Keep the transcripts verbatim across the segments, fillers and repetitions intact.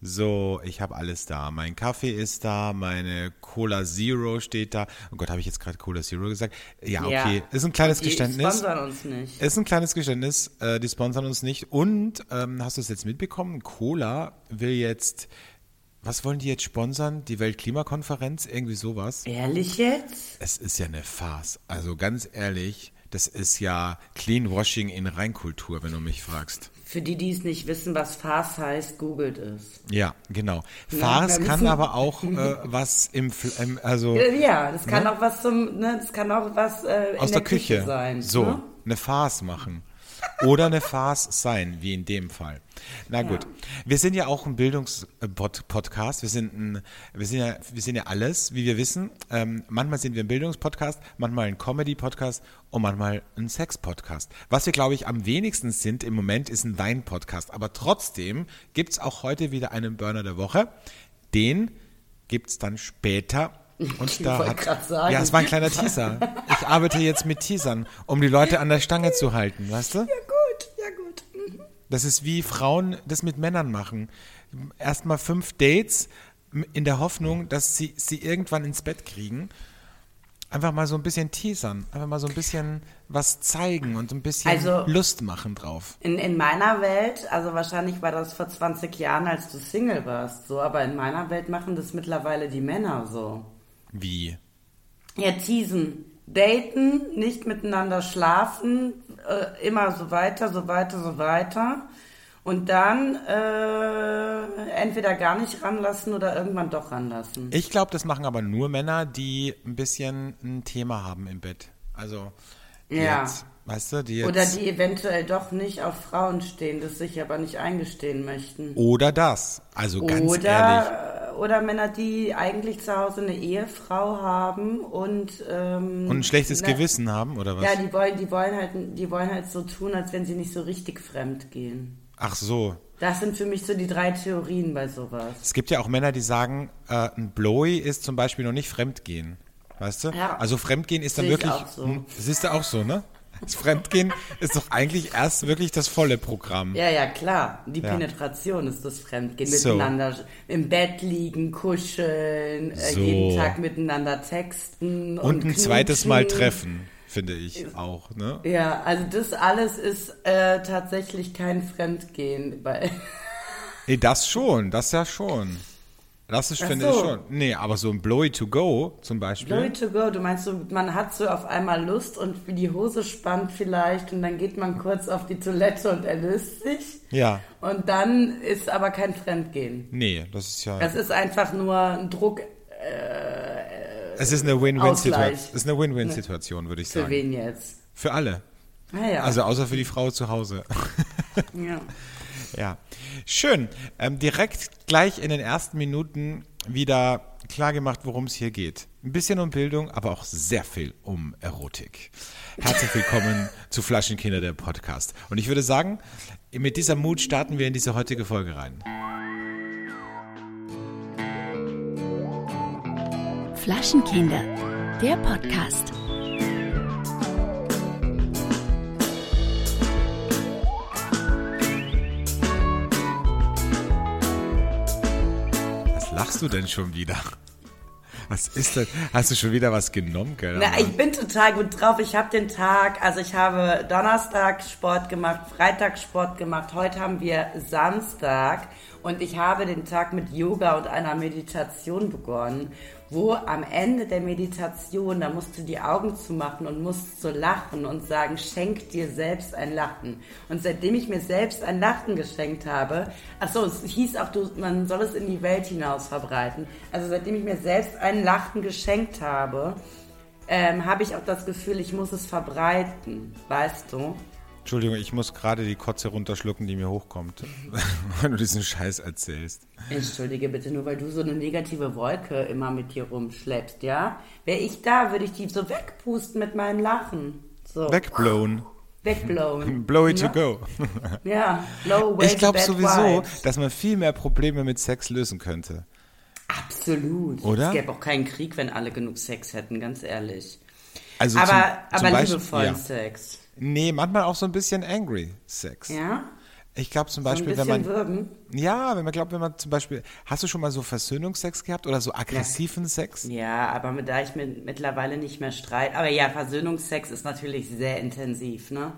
So, ich habe alles da. Mein Kaffee ist da, meine Cola Zero steht da. Oh Gott, habe ich jetzt gerade Cola Zero gesagt? Ja, okay. Ja. Ist ein kleines Die Geständnis. sponsern uns nicht. Ist ein kleines Geständnis. Äh, die sponsern uns nicht. Und, ähm, hast du es jetzt mitbekommen? Cola will jetzt, was wollen die jetzt sponsern? Die Weltklimakonferenz? Irgendwie sowas? Ehrlich jetzt? Es ist ja eine Farce. Also ganz ehrlich, das ist ja Cleanwashing in Reinkultur, wenn du mich fragst. Für die, die es nicht wissen, was Farce heißt, googelt es. Ja, genau. Ja, Farce wir kann müssen- aber auch äh, was im, Fl- ähm, also Ja, das kann Ne? auch was zum, ne, das kann auch was äh, in aus der, Küche, sein. so, Ne? eine Farce machen. Oder eine Farce sein, wie in dem Fall. Na gut, Ja. wir sind ja auch ein Bildungspodcast. Wir sind ein, wir sind ja, wir sind ja alles, wie wir wissen. Ähm, manchmal sind wir ein Bildungspodcast, manchmal ein Comedy-Podcast und manchmal ein Sex-Podcast. Was wir, glaube ich, am wenigsten sind im Moment, ist ein Wein-Podcast. Aber trotzdem gibt es auch heute wieder einen Burner der Woche. Den gibt es dann später. Und Ich da wollte hat, grad sagen. ja, es war ein kleiner Teaser. Ich arbeite jetzt mit Teasern, um die Leute an der Stange zu halten, weißt du? Ja gut, ja gut. Mhm. Das ist wie Frauen das mit Männern machen. Erstmal fünf Dates in der Hoffnung, dass sie sie irgendwann ins Bett kriegen. Einfach mal so ein bisschen teasern, einfach mal so ein bisschen was zeigen und ein bisschen Also- Lust machen drauf. In, in meiner Welt, also wahrscheinlich war das vor zwanzig Jahren, als du Single warst, so, aber in meiner Welt machen das mittlerweile die Männer so. Wie? Ja, teasen, daten, nicht miteinander schlafen, äh, immer so weiter, so weiter, so weiter. Und dann äh, entweder gar nicht ranlassen oder irgendwann doch ranlassen. Ich glaube, das machen aber nur Männer, die ein bisschen ein Thema haben im Bett. Also, die Ja. jetzt, weißt du, die jetzt... Oder die eventuell doch nicht auf Frauen stehen, das sich aber nicht eingestehen möchten. Oder das. Also ganz ehrlich. Oder, oder Männer, die eigentlich zu Hause eine Ehefrau haben und ähm, Und ein schlechtes na, Gewissen haben, oder was? Ja, die wollen, die wollen halt, die wollen halt so tun, als wenn sie nicht so richtig fremd gehen. Ach so. Das sind für mich so die drei Theorien bei sowas. Es gibt ja auch Männer, die sagen, äh, ein Blowy ist zum Beispiel noch nicht Fremdgehen. Weißt du? Ja. Also Fremdgehen ist dann Sehe ich wirklich... auch so. Hm, siehst du auch so, ne? Das Fremdgehen ist doch eigentlich erst wirklich das volle Programm. Ja, ja, klar. Die Ja. Penetration ist das Fremdgehen. So. Miteinander im Bett liegen, kuscheln, äh, So. jeden Tag miteinander texten. Und, Und ein zweites Mal knutschen. treffen, finde ich auch, ne? Ja, also das alles ist äh, tatsächlich kein Fremdgehen. Bei Nee, das schon, das ja schon. Das ist, Ach finde ich so. schon. Nee, aber so ein Blowy to go zum Beispiel. Glory to go, du meinst so, man hat so auf einmal Lust und die Hose spannt vielleicht und dann geht man kurz auf die Toilette und erlöst sich. Ja. Und dann ist aber kein Fremdgehen. Nee, das ist ja... Das ist einfach nur ein Druck. Es ist eine Win-Win-Situation. Ausgleich. Es ist eine Win-Win-Situation, würde ich Für sagen. wen jetzt? Für alle. Ah ja. Also außer für die Frau zu Hause. ja. Ja, schön. Ähm, direkt gleich in den ersten Minuten wieder klar gemacht, worum es hier geht. Ein bisschen um Bildung, aber auch sehr viel um Erotik. Herzlich willkommen zu Flaschenkinder, der Podcast. Und ich würde sagen, mit dieser Mut starten wir in diese heutige Folge rein. Flaschenkinder, der Podcast. Was lachst du denn schon wieder? Was ist denn? Hast du schon wieder was genommen, gell? Na, ich bin total gut drauf. Ich habe den Tag, also ich habe Donnerstag Sport gemacht, Freitag Sport gemacht, heute haben wir Samstag und ich habe den Tag mit Yoga und einer Meditation begonnen, wo am Ende der Meditation, da musst du die Augen zumachen und musst so lachen und sagen, schenk dir selbst ein Lachen. Und seitdem ich mir selbst ein Lachen geschenkt habe, ach so, es hieß auch, du, man soll es in die Welt hinaus verbreiten. Also seitdem ich mir selbst ein Lachen geschenkt habe, ähm, habe ich auch das Gefühl, ich muss es verbreiten, weißt du? Entschuldigung, ich muss gerade die Kotze runterschlucken, die mir hochkommt, wenn du diesen Scheiß erzählst. Entschuldige bitte, nur weil du so eine negative Wolke immer mit dir rumschleppst, ja? Wäre ich da, würde ich die so wegpusten mit meinem Lachen. So. Wegblown. Wegblowen. Blow it ja? to go. Ja, low wave Ich glaube bad sowieso, vibes. dass man viel mehr Probleme mit Sex lösen könnte. Absolut. Oder? Es gäbe auch keinen Krieg, wenn alle genug Sex hätten, ganz ehrlich. Also aber zum, zum aber Beispiel, liebevollen ja. Sex. Nee, manchmal auch so ein bisschen angry Sex. Ja? Ich glaube zum So ein Beispiel, bisschen wenn man, würgen. ja, wenn man glaubt, wenn man zum Beispiel, hast du schon mal so Versöhnungsex gehabt oder so aggressiven Sex? Ja, aber mit, da ich mit, mittlerweile nicht mehr streite. Aber ja, Versöhnungsex ist natürlich sehr intensiv, ne?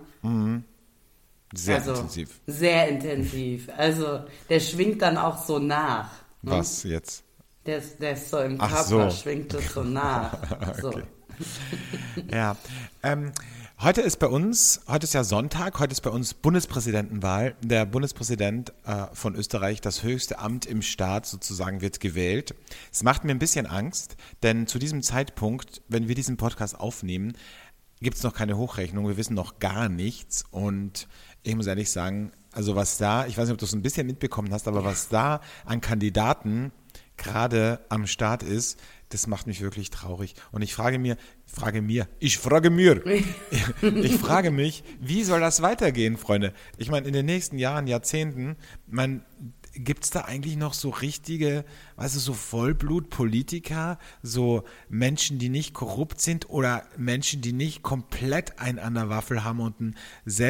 Sehr also, intensiv. Sehr intensiv. Also, der schwingt dann auch so nach. Ne? Was jetzt? Der, ist- der ist so im Ach Körper, so. schwingt es so nach. So. Okay. Ja, ähm, heute ist bei uns, heute ist ja Sonntag, heute ist bei uns Bundespräsidentenwahl. Der Bundespräsident äh, von Österreich, das höchste Amt im Staat sozusagen, wird gewählt. Es macht mir ein bisschen Angst, denn zu diesem Zeitpunkt, wenn wir diesen Podcast aufnehmen, gibt es noch keine Hochrechnung, wir wissen noch gar nichts und ich muss ehrlich sagen, also was da, ich weiß nicht, ob du es ein bisschen mitbekommen hast, aber was da an Kandidaten gerade am Start ist, das macht mich wirklich traurig. Und ich frage mir, frage mir, ich frage mir, ich frage mich, wie soll das weitergehen, Freunde? Ich meine, in den nächsten Jahren, Jahrzehnten, man, gibt es da eigentlich noch so richtige, weißt du, so Vollblut-Politiker, so Menschen, die nicht korrupt sind oder Menschen, die nicht komplett einen an der Waffel haben und einen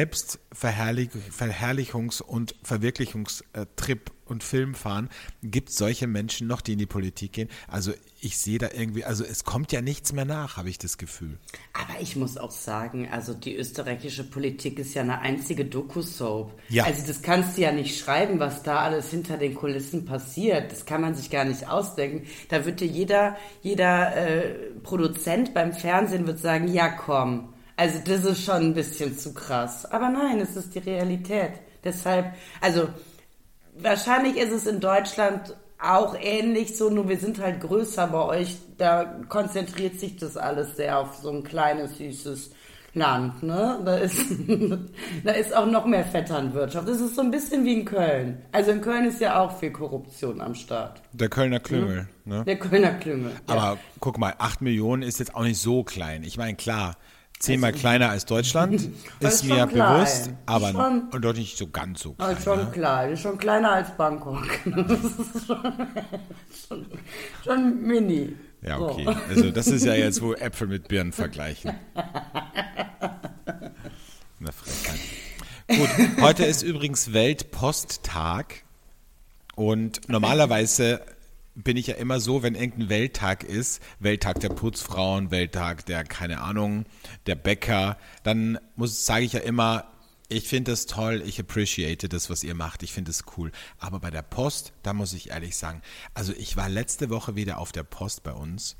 Selbstverherrlichungs- und Verwirklichungstrip und Film fahren? Gibt es solche Menschen noch, die in die Politik gehen? Also ich sehe da irgendwie, also es kommt ja nichts mehr nach, habe ich das Gefühl. Aber ich muss auch sagen, also die österreichische Politik ist ja eine einzige Doku-Soap. Ja. Also das kannst du ja nicht schreiben, was da alles hinter den Kulissen passiert. Das kann man sich gar nicht ausdenken. Da wird dir jeder, jeder äh, Produzent beim Fernsehen wird sagen, ja komm, also das ist schon ein bisschen zu krass. Aber nein, es ist die Realität. Deshalb, also wahrscheinlich ist es in Deutschland auch ähnlich so, nur wir sind halt größer bei euch, da konzentriert sich das alles sehr auf so ein kleines, süßes Land, ne? Da ist, da ist auch noch mehr Vetternwirtschaft. Das ist so ein bisschen wie in Köln. Also in Köln ist ja auch viel Korruption am Start. Der Kölner Klüngel, ne? Der Kölner Klüngel. Ja. Aber guck mal, acht Millionen ist jetzt auch nicht so klein. Ich meine, klar, zehnmal kleiner als Deutschland, Das ist ist mir schon klein. bewusst, aber Schon- und doch nicht so ganz so klein. Das ist schon Ne? klar, das ist schon kleiner als Bangkok. Das ist schon, schon, schon mini. Ja, So. okay. Also das ist ja jetzt, wo Äpfel mit Birnen vergleichen. Eine Frechheit. Gut, heute ist übrigens Weltposttag und normalerweise bin ich ja immer so, wenn irgendein Welttag ist, Welttag der Putzfrauen, Welttag der, keine Ahnung, der Bäcker, dann muss sage ich ja immer, ich finde das toll, ich appreciate das, was ihr macht, ich finde es cool. Aber bei der Post, da muss ich ehrlich sagen, also ich war letzte Woche wieder auf der Post bei uns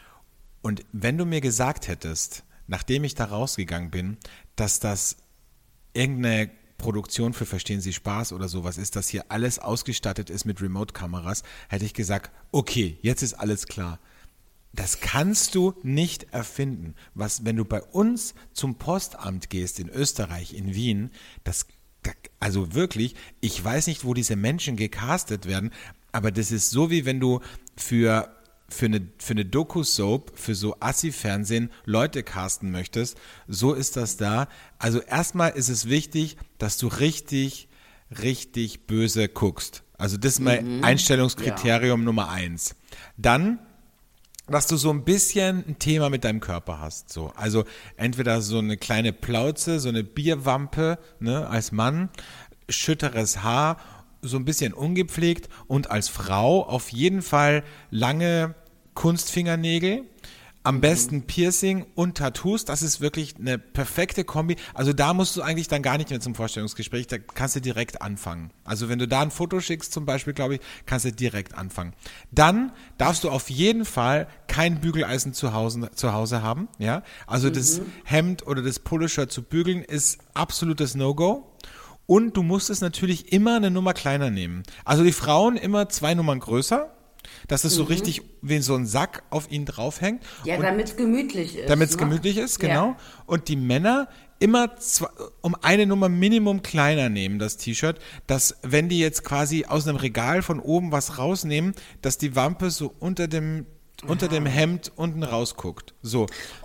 und wenn du mir gesagt hättest, nachdem ich da rausgegangen bin, dass das irgendeine Produktion für Verstehen Sie Spaß oder sowas ist, dass hier alles ausgestattet ist mit Remote-Kameras, hätte ich gesagt, okay, jetzt ist alles klar. Das kannst du nicht erfinden. Was, wenn du bei uns zum Postamt gehst in Österreich, in Wien, das, also wirklich, ich weiß nicht, wo diese Menschen gecastet werden, aber das ist so, wie wenn du für für eine, für eine Doku-Soap, für so Assi-Fernsehen Leute casten möchtest, so ist das da. Also erstmal ist es wichtig, dass du richtig, richtig böse guckst. Also das ist mein Einstellungskriterium Ja. Nummer eins. Dann, dass du so ein bisschen ein Thema mit deinem Körper hast. So. Also entweder so eine kleine Plauze, so eine Bierwampe, ne, als Mann, schütteres Haar, so ein bisschen ungepflegt und als Frau auf jeden Fall lange Kunstfingernägel, am besten Piercing und Tattoos, das ist wirklich eine perfekte Kombi. Also da musst du eigentlich dann gar nicht mehr zum Vorstellungsgespräch, da kannst du direkt anfangen. Also wenn du da ein Foto schickst zum Beispiel, glaube ich, kannst du direkt anfangen. Dann darfst du auf jeden Fall kein Bügeleisen zu Hause, zu Hause haben. Ja? Also mhm. das Hemd oder das Poloshirt zu bügeln ist absolutes No-Go. Und du musst es natürlich immer eine Nummer kleiner nehmen. Also die Frauen immer zwei Nummern größer, dass es so Mhm. richtig wie so ein Sack auf ihnen draufhängt. Ja, Und damit es gemütlich ist. damit es ne? gemütlich ist, genau. Ja. Und die Männer immer zwei, um eine Nummer Minimum kleiner nehmen, das T-Shirt, dass wenn die jetzt quasi aus einem Regal von oben was rausnehmen, dass die Wampe so unter dem, unter dem Hemd unten rausguckt. So.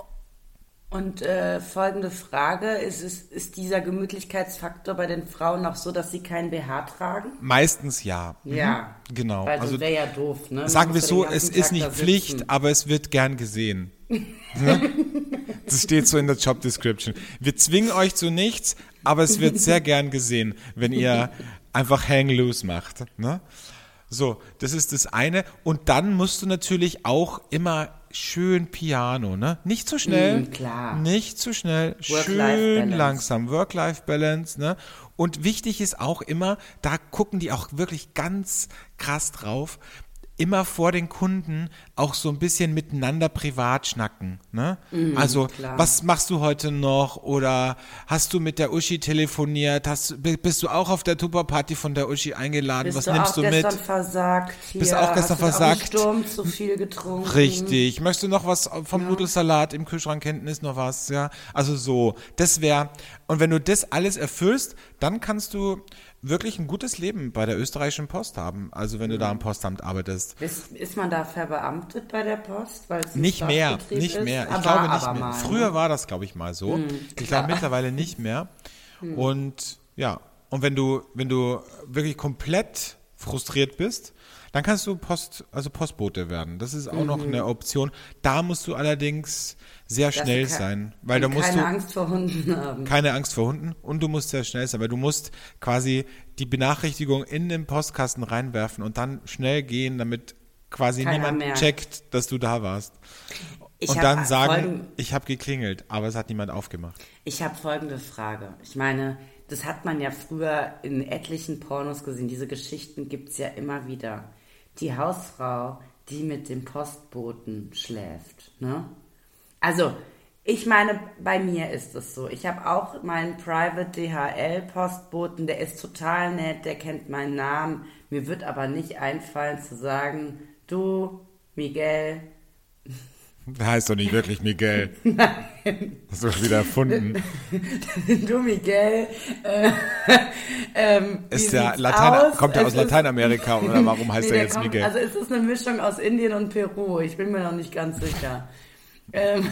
Und äh, folgende Frage, ist, es, ist dieser Gemütlichkeitsfaktor bei den Frauen auch so, dass sie keinen B H tragen? Meistens ja. Ja. Mhm. Genau. Weil das Also wäre ja doof, ne? Man sagen wir muss ja so, den es ganzen ist Tag nicht da Pflicht, sitzen. aber es wird gern gesehen. Ne? Das steht so in der Job Description. Wir zwingen euch zu nichts, aber es wird sehr gern gesehen, wenn ihr einfach hang loose macht. Ne? So, das ist das eine. Und dann musst du natürlich auch immer schön Piano, ne? Nicht zu schnell, Mm, klar. nicht zu schnell, schön Work-Life-Balance. langsam, Work-Life-Balance, ne? Und wichtig ist auch immer, da gucken die auch wirklich ganz krass drauf, immer vor den Kunden auch so ein bisschen miteinander privat schnacken, ne? Mm, also, klar. was machst du heute noch? Oder hast du mit der Uschi telefoniert? Hast, bist du auch auf der Tupperparty von der Uschi eingeladen? Bist was du nimmst auch du mit? gestern versagt? Hier? Bist auch gestern Hast du versagt? Auch im Sturm zu viel getrunken? Richtig. Möchtest du noch was vom Nudelsalat im Kühlschrank hinten ist noch was, ja? Also so, das wäre, und wenn du das alles erfüllst, dann kannst du wirklich ein gutes Leben bei der österreichischen Post haben. Also wenn du da am Postamt arbeitest. Ist, ist man da verbeamtet bei der Post? Weil es ein Nicht mehr, Staatsbetrieb nicht ist? mehr. Ich Aber- glaube nicht aber mehr. mal, Früher ne? war das, glaube ich, mal so. Ich klar. glaube mittlerweile nicht mehr. Und ja, und wenn du, wenn du wirklich komplett frustriert bist, dann kannst du Post, also Postbote werden. Das ist auch noch eine Option. Da musst du allerdings sehr Dass schnell du ke- sein, weil da und musst keine du Angst vor Hunden haben. keine Angst vor Hunden und du musst sehr schnell sein, weil du musst quasi die Benachrichtigung in den Postkasten reinwerfen und dann schnell gehen, damit quasi Keiner niemand merkt. checkt, dass du da warst. Ich und hab dann sagen, folgen- ich habe geklingelt, aber es hat niemand aufgemacht. Ich habe folgende Frage. Ich meine, das hat man ja früher in etlichen Pornos gesehen. Diese Geschichten gibt es ja immer wieder. Die Hausfrau, die mit dem Postboten schläft. Ne? Also, ich meine, bei mir ist es so. Ich habe auch meinen Private D H L-Postboten, der ist total nett, der kennt meinen Namen. Mir wird aber nicht einfallen zu sagen, du, Miguel, Der heißt doch nicht wirklich Miguel. Nein. Hast du schon wieder erfunden. du Miguel, äh, ähm, wie Ist der sieht's Latein, aus? kommt er Es aus ist- Lateinamerika oder warum heißt Nee, er der jetzt kommt- Miguel? Also es ist eine Mischung aus Indien und Peru. Ich bin mir noch nicht ganz sicher. ähm,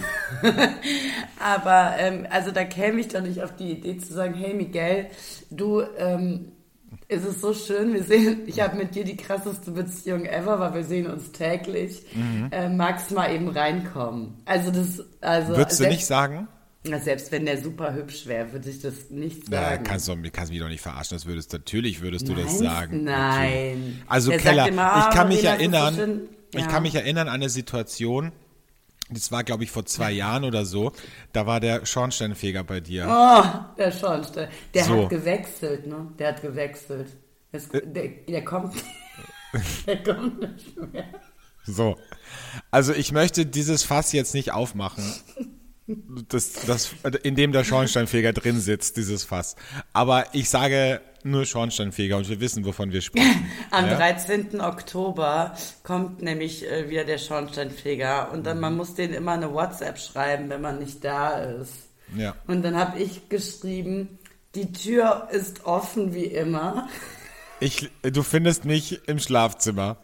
aber ähm, also da käme ich doch nicht auf die Idee zu sagen, hey Miguel, du, ähm, es ist so schön, wir sehen, ich habe mit dir die krasseste Beziehung ever, weil wir sehen uns täglich. Mhm. Äh, magst mal eben reinkommen? Also das, also Würdest du selbst- nicht sagen? Na, selbst wenn der super hübsch wäre, würde ich das nicht Na, sagen. kannst du kannst mich doch nicht verarschen, das würdest natürlich würdest du das Meinst? sagen. Nein. Natürlich. Also Der Keller, sagt immer, ah, ich kann mich Marina, das ist so erinnern, schön. ich Ja. kann mich erinnern an eine Situation, das war glaube ich vor zwei Jahren oder so, da war der Schornsteinfeger bei dir. Oh, der Schornstein. Der So. hat gewechselt, ne? Der hat gewechselt. Es, Äh. der, der kommt. der kommt nicht mehr. So. Also ich möchte dieses Fass jetzt nicht aufmachen. Das, das, in dem der Schornsteinfeger drin sitzt, dieses Fass. Aber ich sage nur Schornsteinfeger und wir wissen, wovon wir sprechen. Am Ja? dreizehnten Oktober kommt nämlich äh, wieder der Schornsteinfeger und dann man muss denen immer eine WhatsApp schreiben, wenn man nicht da ist. Ja. Und dann habe ich geschrieben, die Tür ist offen wie immer. Ich, du findest mich im Schlafzimmer.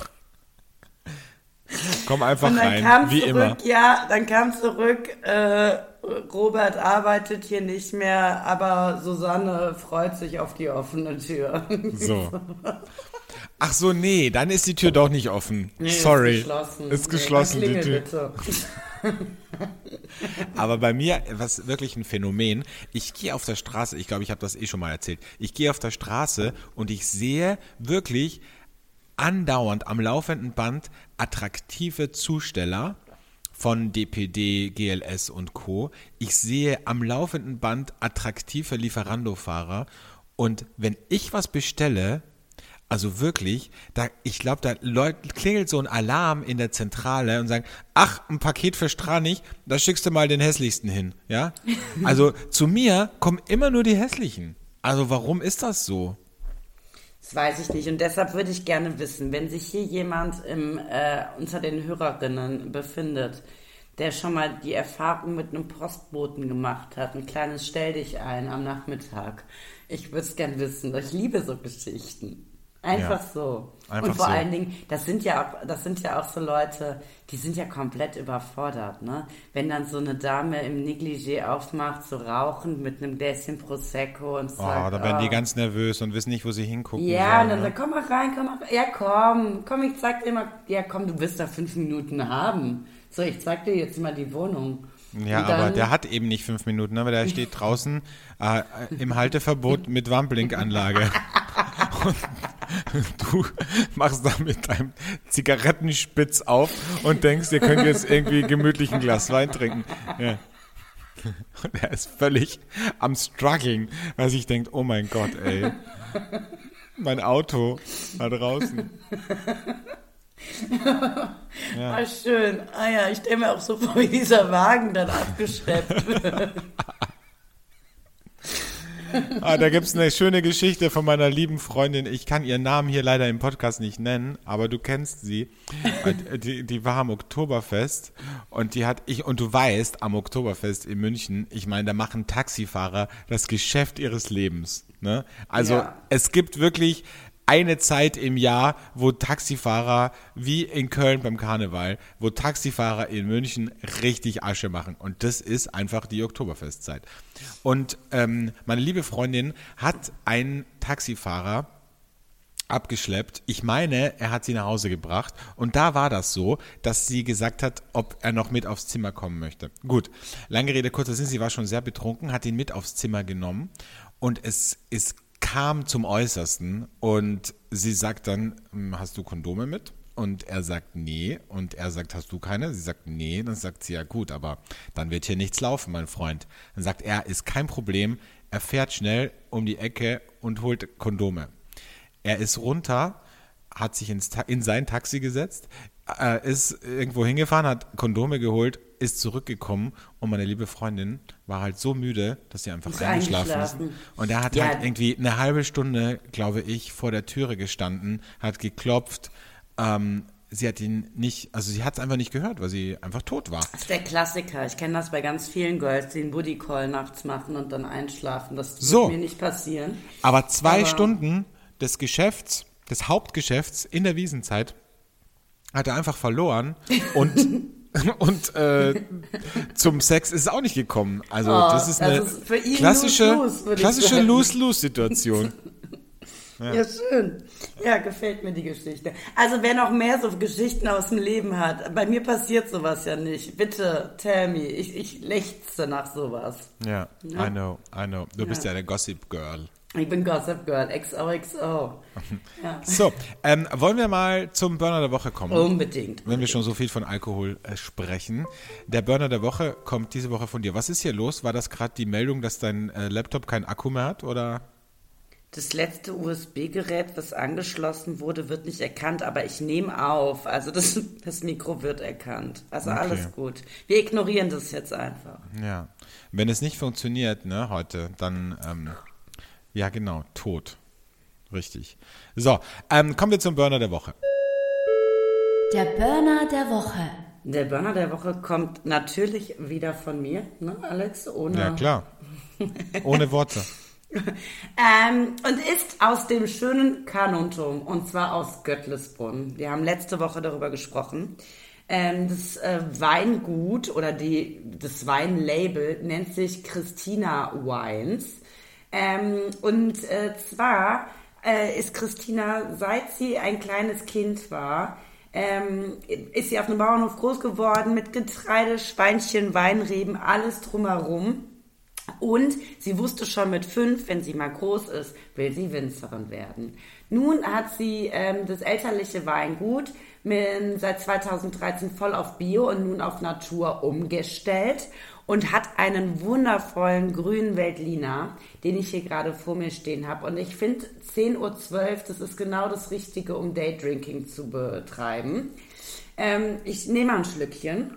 Komm einfach Und dann rein, kam wie zurück, immer. ja, dann kam zurück, äh, Robert arbeitet hier nicht mehr, aber Susanne freut sich auf die offene Tür. So. Ach so, nee, dann ist die Tür doch nicht offen. Nee, Sorry. Ist geschlossen. Ist geschlossen, nee, die dann klingel Tür. bitte. Aber bei mir, was wirklich ein Phänomen, ich gehe auf der Straße, ich glaube, ich habe das eh schon mal erzählt, ich gehe auf der Straße und ich sehe wirklich andauernd am laufenden Band attraktive Zusteller von D P D, G L S und Co. Ich sehe am laufenden Band attraktive Lieferando-Fahrer und wenn ich was bestelle, also wirklich, da, ich glaube, da Leut, klingelt so ein Alarm in der Zentrale und sagen, ach, ein Paket für Stranich, da schickst du mal den hässlichsten hin, ja? Also zu mir kommen immer nur die hässlichen. Also warum ist das so? Das weiß ich nicht und deshalb würde ich gerne wissen, wenn sich hier jemand im, äh, unter den Hörerinnen befindet, der schon mal die Erfahrung mit einem Postboten gemacht hat, ein kleines Stell dich ein am Nachmittag. Ich würde es gern wissen, ich liebe so Geschichten. Einfach Ja. so. Einfach und vor so. allen Dingen, das sind ja auch, das sind ja auch so Leute, die sind ja komplett überfordert, ne? Wenn dann so eine Dame im Negligé aufmacht, so rauchend mit einem Gläschen Prosecco und Oh, sagt, da werden die oh, ganz nervös und wissen nicht, wo sie hingucken ja, und sollen. dann Ne? sagt, komm mal rein, komm mal rein. Ja, komm, komm, ich zeig dir mal. Ja, komm, du wirst da fünf Minuten haben. So, ich zeig dir jetzt mal die Wohnung. Ja, Und dann, aber der hat eben nicht fünf Minuten, aber der steht draußen äh, im Halteverbot mit Warnblinkanlage. Und du machst da mit deinem Zigarettenspitz auf und denkst, ihr könnt jetzt irgendwie gemütlich ein Glas Wein trinken. Ja. Und er ist völlig am struggeln, weil sich denkt, oh mein Gott, ey, mein Auto da draußen. Ja. Ah, schön. Ah ja, ich stelle mir auch so vor, wie dieser Wagen dann abgeschleppt wird. Ah, da gibt es eine schöne Geschichte von meiner lieben Freundin. Ich kann ihren Namen hier leider im Podcast nicht nennen, aber du kennst sie. Die, die war am Oktoberfest und die hat ich und du weißt, am Oktoberfest in München, ich meine, da machen Taxifahrer das Geschäft ihres Lebens. Ne? Also ja. Es gibt wirklich eine Zeit im Jahr, wo Taxifahrer, wie in Köln beim Karneval, wo Taxifahrer in München richtig Asche machen. Und das ist einfach die Oktoberfestzeit. Und ähm, meine liebe Freundin hat einen Taxifahrer abgeschleppt. Ich meine, er hat sie nach Hause gebracht. Und da war das so, dass sie gesagt hat, ob er noch mit aufs Zimmer kommen möchte. Gut, lange Rede, kurzer Sinn, sie war schon sehr betrunken, hat ihn mit aufs Zimmer genommen. Und es ist kam zum Äußersten und sie sagt dann, hast du Kondome mit? Und er sagt, nee. Und er sagt, hast du keine? Sie sagt, nee. Dann sagt sie, ja gut, aber dann wird hier nichts laufen, mein Freund. Dann sagt er, ist kein Problem. Er fährt schnell um die Ecke und holt Kondome. Er ist runter, hat sich ins Ta- in sein Taxi gesetzt, äh, ist irgendwo hingefahren, hat Kondome geholt, ist zurückgekommen und meine liebe Freundin war halt so müde, dass sie einfach eingeschlafen, eingeschlafen ist. Und er hat ja. halt irgendwie eine halbe Stunde, glaube ich, vor der Türe gestanden, hat geklopft. Ähm, sie hat ihn nicht, also sie hat es einfach nicht gehört, weil sie einfach tot war. Das ist der Klassiker. Ich kenne das bei ganz vielen Girls, die einen Booty Call nachts machen und dann einschlafen. Das wird so. mir nicht passieren. Aber zwei Aber Stunden des Geschäfts, des Hauptgeschäfts in der Wiesenzeit hat er einfach verloren und Und äh, zum Sex ist es auch nicht gekommen. Also oh, das ist eine das ist für ihn klassische, lose-lose, klassische Lose-Lose-Situation. Ja. ja, schön. Ja, gefällt mir die Geschichte. Also wer noch mehr so Geschichten aus dem Leben hat, bei mir passiert sowas ja nicht. Bitte, tell me. Ich, ich lechze nach sowas. Ja, ja, I know, I know. Du ja. bist ja eine Gossip Girl. Ich bin Gossip Girl, X O X O. Ja. So, ähm, wollen wir mal zum Burner der Woche kommen? Unbedingt. Wenn wir schon so viel von Alkohol äh, sprechen. Der Burner der Woche kommt diese Woche von dir. Was ist hier los? War das gerade die Meldung, dass dein äh, Laptop keinen Akku mehr hat, oder? Das letzte U S B-Gerät, was angeschlossen wurde, wird nicht erkannt, aber ich nehme auf. Also das, das Mikro wird erkannt. Also okay. Alles gut. Wir ignorieren das jetzt einfach. Ja. Wenn es nicht funktioniert, ne, heute, dann... Ähm, ja, genau, tot. Richtig. So, ähm, kommen wir zum Burner der Woche. Der Burner der Woche. Der Burner der Woche kommt natürlich wieder von mir, ne, Alex? Ohne ja, klar. Ohne Worte. ähm, und ist aus dem schönen Carnuntum, und zwar aus Göttlesbrunn. Wir haben letzte Woche darüber gesprochen. Ähm, das äh, Weingut oder die, das Weinlabel nennt sich Christina Wines. Ähm, und äh, zwar äh, ist Christina, seit sie ein kleines Kind war, ähm, ist sie auf einem Bauernhof groß geworden mit Getreide, Schweinchen, Weinreben, alles drumherum. Und sie wusste schon mit fünf, wenn sie mal groß ist, will sie Winzerin werden. Nun hat sie ähm, das elterliche Weingut mit, seit zweitausenddreizehn voll auf Bio und nun auf Natur umgestellt und hat einen wundervollen grünen Veltliner, den ich hier gerade vor mir stehen habe. Und ich finde zehn Uhr zwölf, das ist genau das Richtige, um Daydrinking zu betreiben. Ähm, ich nehme mal ein Schlückchen.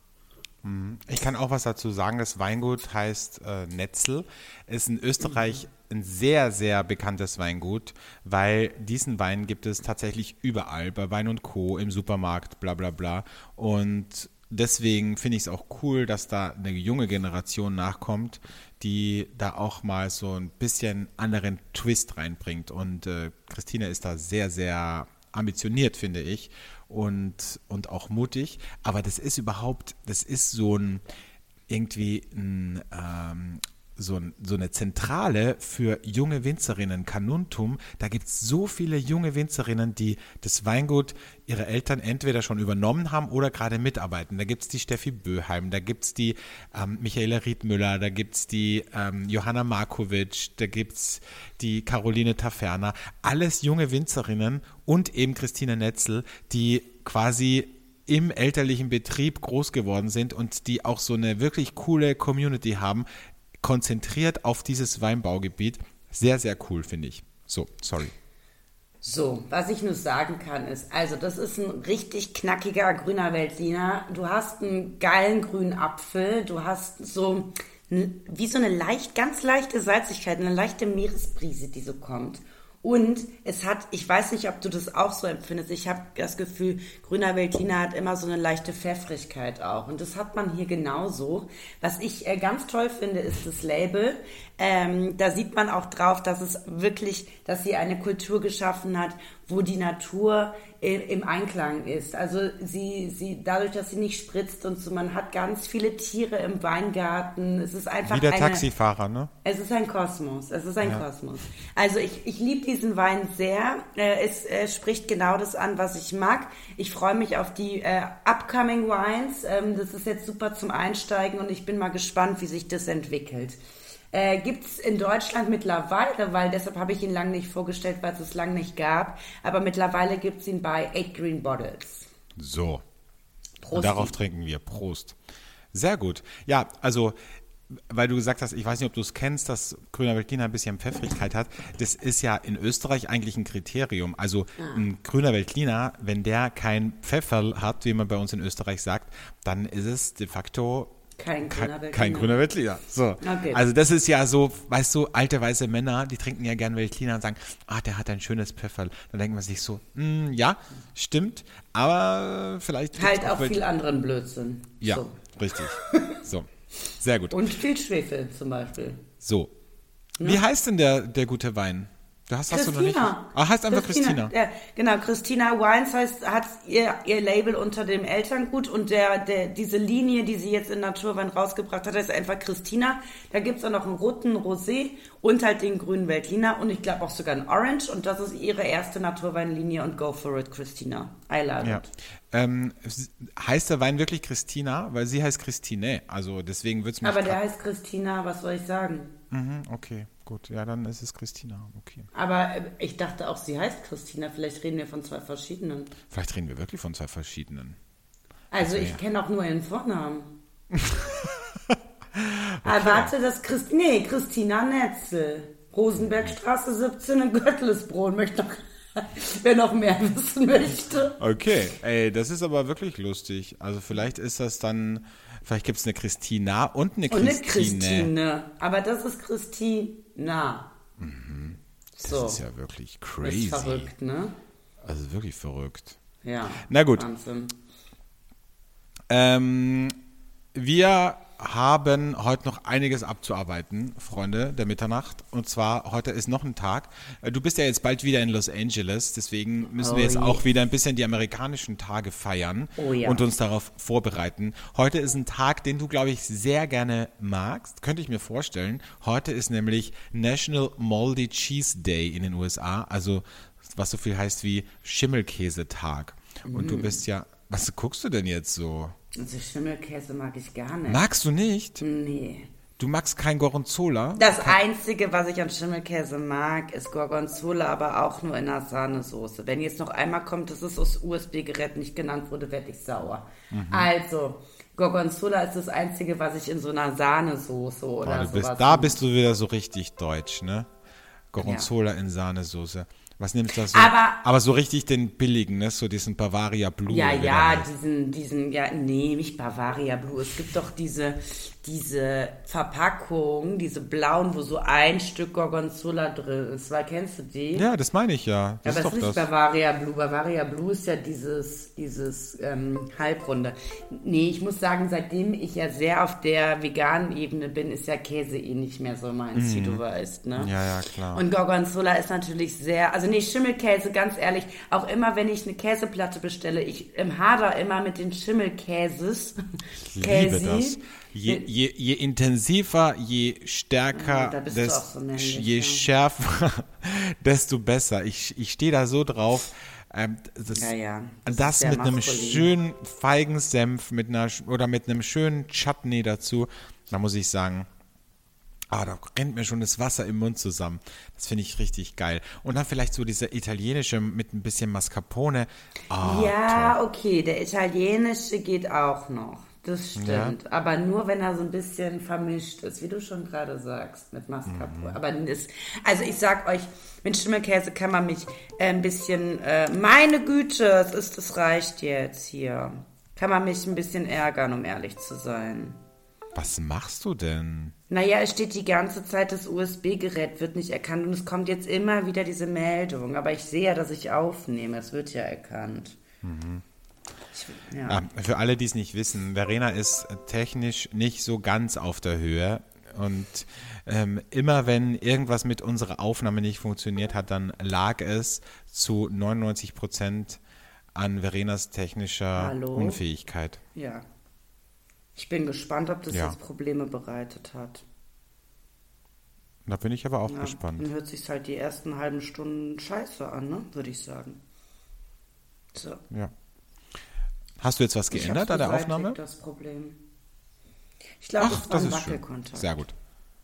Ich kann auch was dazu sagen. Das Weingut heißt äh, Netzel. Ist in Österreich ein sehr, sehr bekanntes Weingut, weil diesen Wein gibt es tatsächlich überall, bei Wein und Co., im Supermarkt, bla bla bla. Und deswegen finde ich es auch cool, dass da eine junge Generation nachkommt, die da auch mal so ein bisschen anderen Twist reinbringt. Und äh, Christina ist da sehr, sehr ambitioniert, finde ich, und, und auch mutig. Aber das ist überhaupt, das ist so ein, irgendwie ein, ähm, so, so eine Zentrale für junge Winzerinnen, Carnuntum. Da gibt es so viele junge Winzerinnen, die das Weingut ihre Eltern entweder schon übernommen haben oder gerade mitarbeiten. Da gibt es die Steffi Böheim, da gibt es die ähm, Michaela Riedmüller, da gibt es die ähm, Johanna Markovic, da gibt es die Caroline Taferner. Alles junge Winzerinnen und eben Christine Netzel, die quasi im elterlichen Betrieb groß geworden sind und die auch so eine wirklich coole Community haben, konzentriert auf dieses Weinbaugebiet. Sehr, sehr cool, finde ich. So, sorry. So, was ich nur sagen kann ist, also das ist ein richtig knackiger grüner Veltliner. Du hast einen geilen grünen Apfel, du hast so wie so eine leicht, ganz leichte Salzigkeit, eine leichte Meeresbrise, die so kommt. Und es hat, ich weiß nicht, ob du das auch so empfindest, ich habe das Gefühl, grüner Veltliner hat immer so eine leichte Pfeffrigkeit auch. Und das hat man hier genauso. Was ich äh, ganz toll finde, ist das Label. Ähm, da sieht man auch drauf, dass es wirklich, dass sie eine Kultur geschaffen hat, wo die Natur in, im Einklang ist. Also sie, sie, dadurch, dass sie nicht spritzt und so, man hat ganz viele Tiere im Weingarten. Es ist einfach wie der eine, Taxifahrer, ne? Es ist ein Kosmos. Es ist ein ja. Kosmos. Also ich, ich liebe diesen Wein sehr. Äh, es äh, spricht genau das an, was ich mag. Ich freue mich auf die äh, upcoming Wines. Ähm, das ist jetzt super zum Einsteigen und ich bin mal gespannt, wie sich das entwickelt. Äh, gibt es in Deutschland mittlerweile, weil deshalb habe ich ihn lange nicht vorgestellt, weil es es lange nicht gab, aber mittlerweile gibt es ihn bei Eight Green Bottles. So, Prost. Und darauf trinken wir. Prost. Sehr gut. Ja, also, weil du gesagt hast, ich weiß nicht, ob du es kennst, dass grüner Veltliner ein bisschen Pfeffrigkeit hat. Das ist ja in Österreich eigentlich ein Kriterium. Also ah. ein grüner Veltliner, wenn der kein Pfefferl hat, wie man bei uns in Österreich sagt, dann ist es de facto Kein grüner Veltliner. Kein grüner Veltliner. So. Okay. Also das ist ja so, weißt du, alte weiße Männer, die trinken ja gern Veltliner und sagen, ah, der hat ein schönes Pfefferl. Dann denkt man sich so, mm, ja, stimmt, aber vielleicht halt auch Velt- viel anderen Blödsinn. Ja, so. richtig. So, sehr gut. Und viel Schwefel zum Beispiel. So, ne? Wie heißt denn der, der gute Wein? Du hast, hast du noch nicht. Ah, heißt einfach Christina. Christina. Ja, genau, Christina Wines heißt, hat ihr, ihr Label unter dem Elterngut und der, der, diese Linie, die sie jetzt in Naturwein rausgebracht hat, ist einfach Christina. Da gibt es auch noch einen roten Rosé und halt den grünen Veltliner und ich glaube auch sogar einen Orange und das ist ihre erste Naturweinlinie und go for it, Christina. I love ja. it. Ähm, heißt der Wein wirklich Christina? Weil sie heißt Christine, also deswegen wird es mich... Aber der heißt Christina, was soll ich sagen? Mhm, okay, gut. Ja, dann ist es Christina, okay. Aber ich dachte auch, sie heißt Christina. Vielleicht reden wir von zwei verschiedenen. Vielleicht reden wir wirklich von zwei verschiedenen. Also, also ich ja. kenne auch nur ihren Vornamen. okay. Ah, warte, das Christ... Nee, Christina Netzel. Rosenbergstraße siebzehn in Göttelsbrunn. Möchte noch... Wer noch mehr wissen möchte. Okay, ey, das ist aber wirklich lustig. Also vielleicht ist das dann... Vielleicht gibt es eine Christina und eine Christine. Und eine Christine. Aber das ist Christina. Mhm. Das so. ist ja wirklich crazy. Das ist verrückt, ne? Also wirklich verrückt. Ja. Na gut. Wahnsinn. Ähm, wir haben heute noch einiges abzuarbeiten, Freunde der Mitternacht. Und zwar, heute ist noch ein Tag. Du bist ja jetzt bald wieder in Los Angeles, deswegen müssen oh wir jetzt yes. auch wieder ein bisschen die amerikanischen Tage feiern oh ja. und uns darauf vorbereiten. Heute ist ein Tag, den du, glaube ich, sehr gerne magst. Könnte ich mir vorstellen. Heute ist nämlich National Moldy Cheese Day in den U S A, also was so viel heißt wie Schimmelkäsetag. Und mm. du bist ja, was guckst du denn jetzt so? Also Schimmelkäse mag ich gar nicht. Magst du nicht? Nee. Du magst kein Gorgonzola? Das Einzige, was ich an Schimmelkäse mag, ist Gorgonzola, aber auch nur in einer Sahnesoße. Wenn jetzt noch einmal kommt, dass es aus U S B-Gerät nicht genannt wurde, werde ich sauer. Mhm. Also, Gorgonzola ist das Einzige, was ich in so einer Sahnesoße oder Boah, du bist, sowas da bist du wieder so richtig deutsch, ne? Gorgonzola ja. in Sahnesoße. Was nimmst du da so? Aber, aber so richtig den billigen, ne? So diesen Bavaria Blue. Ja, ja, diesen, diesen, ja, nee, nicht Bavaria Blue. Es gibt doch diese, diese Verpackung, diese blauen, wo so ein Stück Gorgonzola drin ist. Weil, kennst du die? Ja, das meine ich ja. Das aber ist es doch ist nicht das. Bavaria Blue. Bavaria Blue ist ja dieses, dieses ähm, Halbrunde. Nee, ich muss sagen, seitdem ich ja sehr auf der veganen Ebene bin, ist ja Käse eh nicht mehr so meins, mm. wie du weißt, ne? Ja, ja, klar. Und Gorgonzola ist natürlich sehr, also nee, Schimmelkäse, ganz ehrlich, auch immer, wenn ich eine Käseplatte bestelle, ich ähm, hader immer mit den Schimmelkäses. Ich liebe das. Je, je, je intensiver, je stärker, Ja, da bist des, du auch so nämlich, je ja. schärfer, desto besser. Ich, ich stehe da so drauf. Ähm, das Ja, ja. das, Das ist sehr mit einem maskulin. schönen Feigensenf mit einer, oder mit einem schönen Chutney dazu, da muss ich sagen, ah, da rennt mir schon das Wasser im Mund zusammen. Das finde ich richtig geil. Und dann vielleicht so dieser italienische mit ein bisschen Mascarpone. Ah, Ja, toll. okay, der italienische geht auch noch. Das stimmt. Aber nur, wenn er so ein bisschen vermischt ist, wie du schon gerade sagst, mit Mascarpone. Mhm. Aber das, also ich sag euch, mit Schimmelkäse kann man mich äh, ein bisschen, äh, meine Güte, es ist, das reicht jetzt hier. Kann man mich ein bisschen ärgern, um ehrlich zu sein. Was machst du denn? Naja, es steht die ganze Zeit, das U S B-Gerät wird nicht erkannt und es kommt jetzt immer wieder diese Meldung. Aber ich sehe ja, dass ich aufnehme. Es wird ja erkannt. Mhm. Ich, ja. Ah, für alle, die es nicht wissen, Verena ist technisch nicht so ganz auf der Höhe. Und ähm, immer wenn irgendwas mit unserer Aufnahme nicht funktioniert hat, dann lag es zu neunundneunzig Prozent an Verenas technischer Hallo? Unfähigkeit. Ja. Ich bin gespannt, ob das Ja. jetzt Probleme bereitet hat. Da bin ich aber auch Ja, gespannt. dann hört sich halt die ersten halben Stunden scheiße an, ne? Würde ich sagen. So. Ja. Hast du jetzt was Ich geändert hab's an der beseitigt, Aufnahme? das Problem. Ich glaube, Ach, es war das ein ist schön. Wackelkontakt. Sehr gut.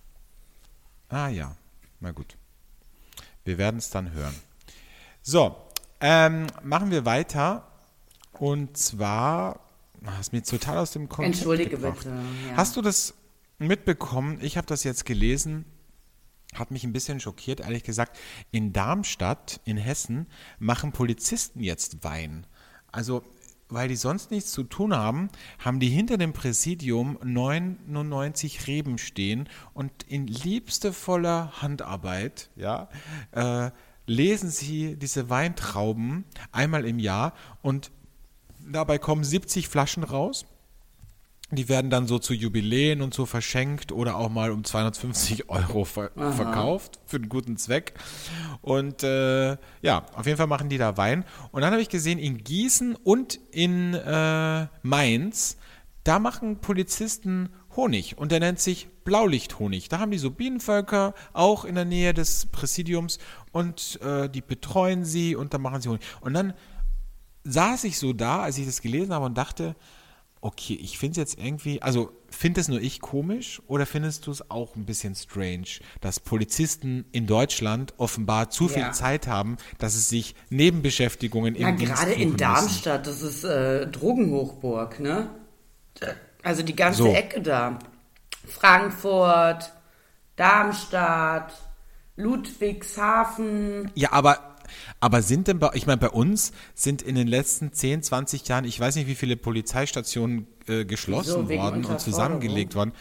Ah ja, na gut. Wir werden es dann hören. So, ähm, machen wir weiter. Und zwar, hast mir total aus dem Konzept Entschuldige gebracht. bitte. Ja. Hast du das mitbekommen? Ich habe das jetzt gelesen. Hat mich ein bisschen schockiert, ehrlich gesagt. In Darmstadt, in Hessen, machen Polizisten jetzt Wein. Also, weil die sonst nichts zu tun haben, haben die hinter dem Präsidium neunundneunzig Reben stehen und in liebstevoller Handarbeit, ja, äh, lesen sie diese Weintrauben einmal im Jahr und dabei kommen siebzig Flaschen raus. Die werden dann so zu Jubiläen und so verschenkt oder auch mal um zweihundertfünfzig Euro ver- verkauft für einen guten Zweck. Und äh, ja, auf jeden Fall machen die da Wein. Und dann habe ich gesehen, in Gießen und in äh, Mainz, da machen Polizisten Honig und der nennt sich Blaulichthonig. Da haben die so Bienenvölker auch in der Nähe des Präsidiums und äh, die betreuen sie und dann machen sie Honig. Und dann saß ich so da, als ich das gelesen habe und dachte, okay, ich finde es jetzt irgendwie, also finde es nur ich komisch oder findest du es auch ein bisschen strange, dass Polizisten in Deutschland offenbar zu viel Ja. Zeit haben, dass es sich Nebenbeschäftigungen im Na, Dienst gerade suchen in müssen? Darmstadt, das ist äh, Drogenhochburg, ne? Also die ganze So. Ecke da. Frankfurt, Darmstadt, Ludwigshafen. Ja, aber aber sind denn bei, ich meine, bei uns sind in den letzten zehn, zwanzig Jahren, ich weiß nicht, wie viele Polizeistationen äh, geschlossen Wieso? Wegen worden und Unterforderung? zusammengelegt worden,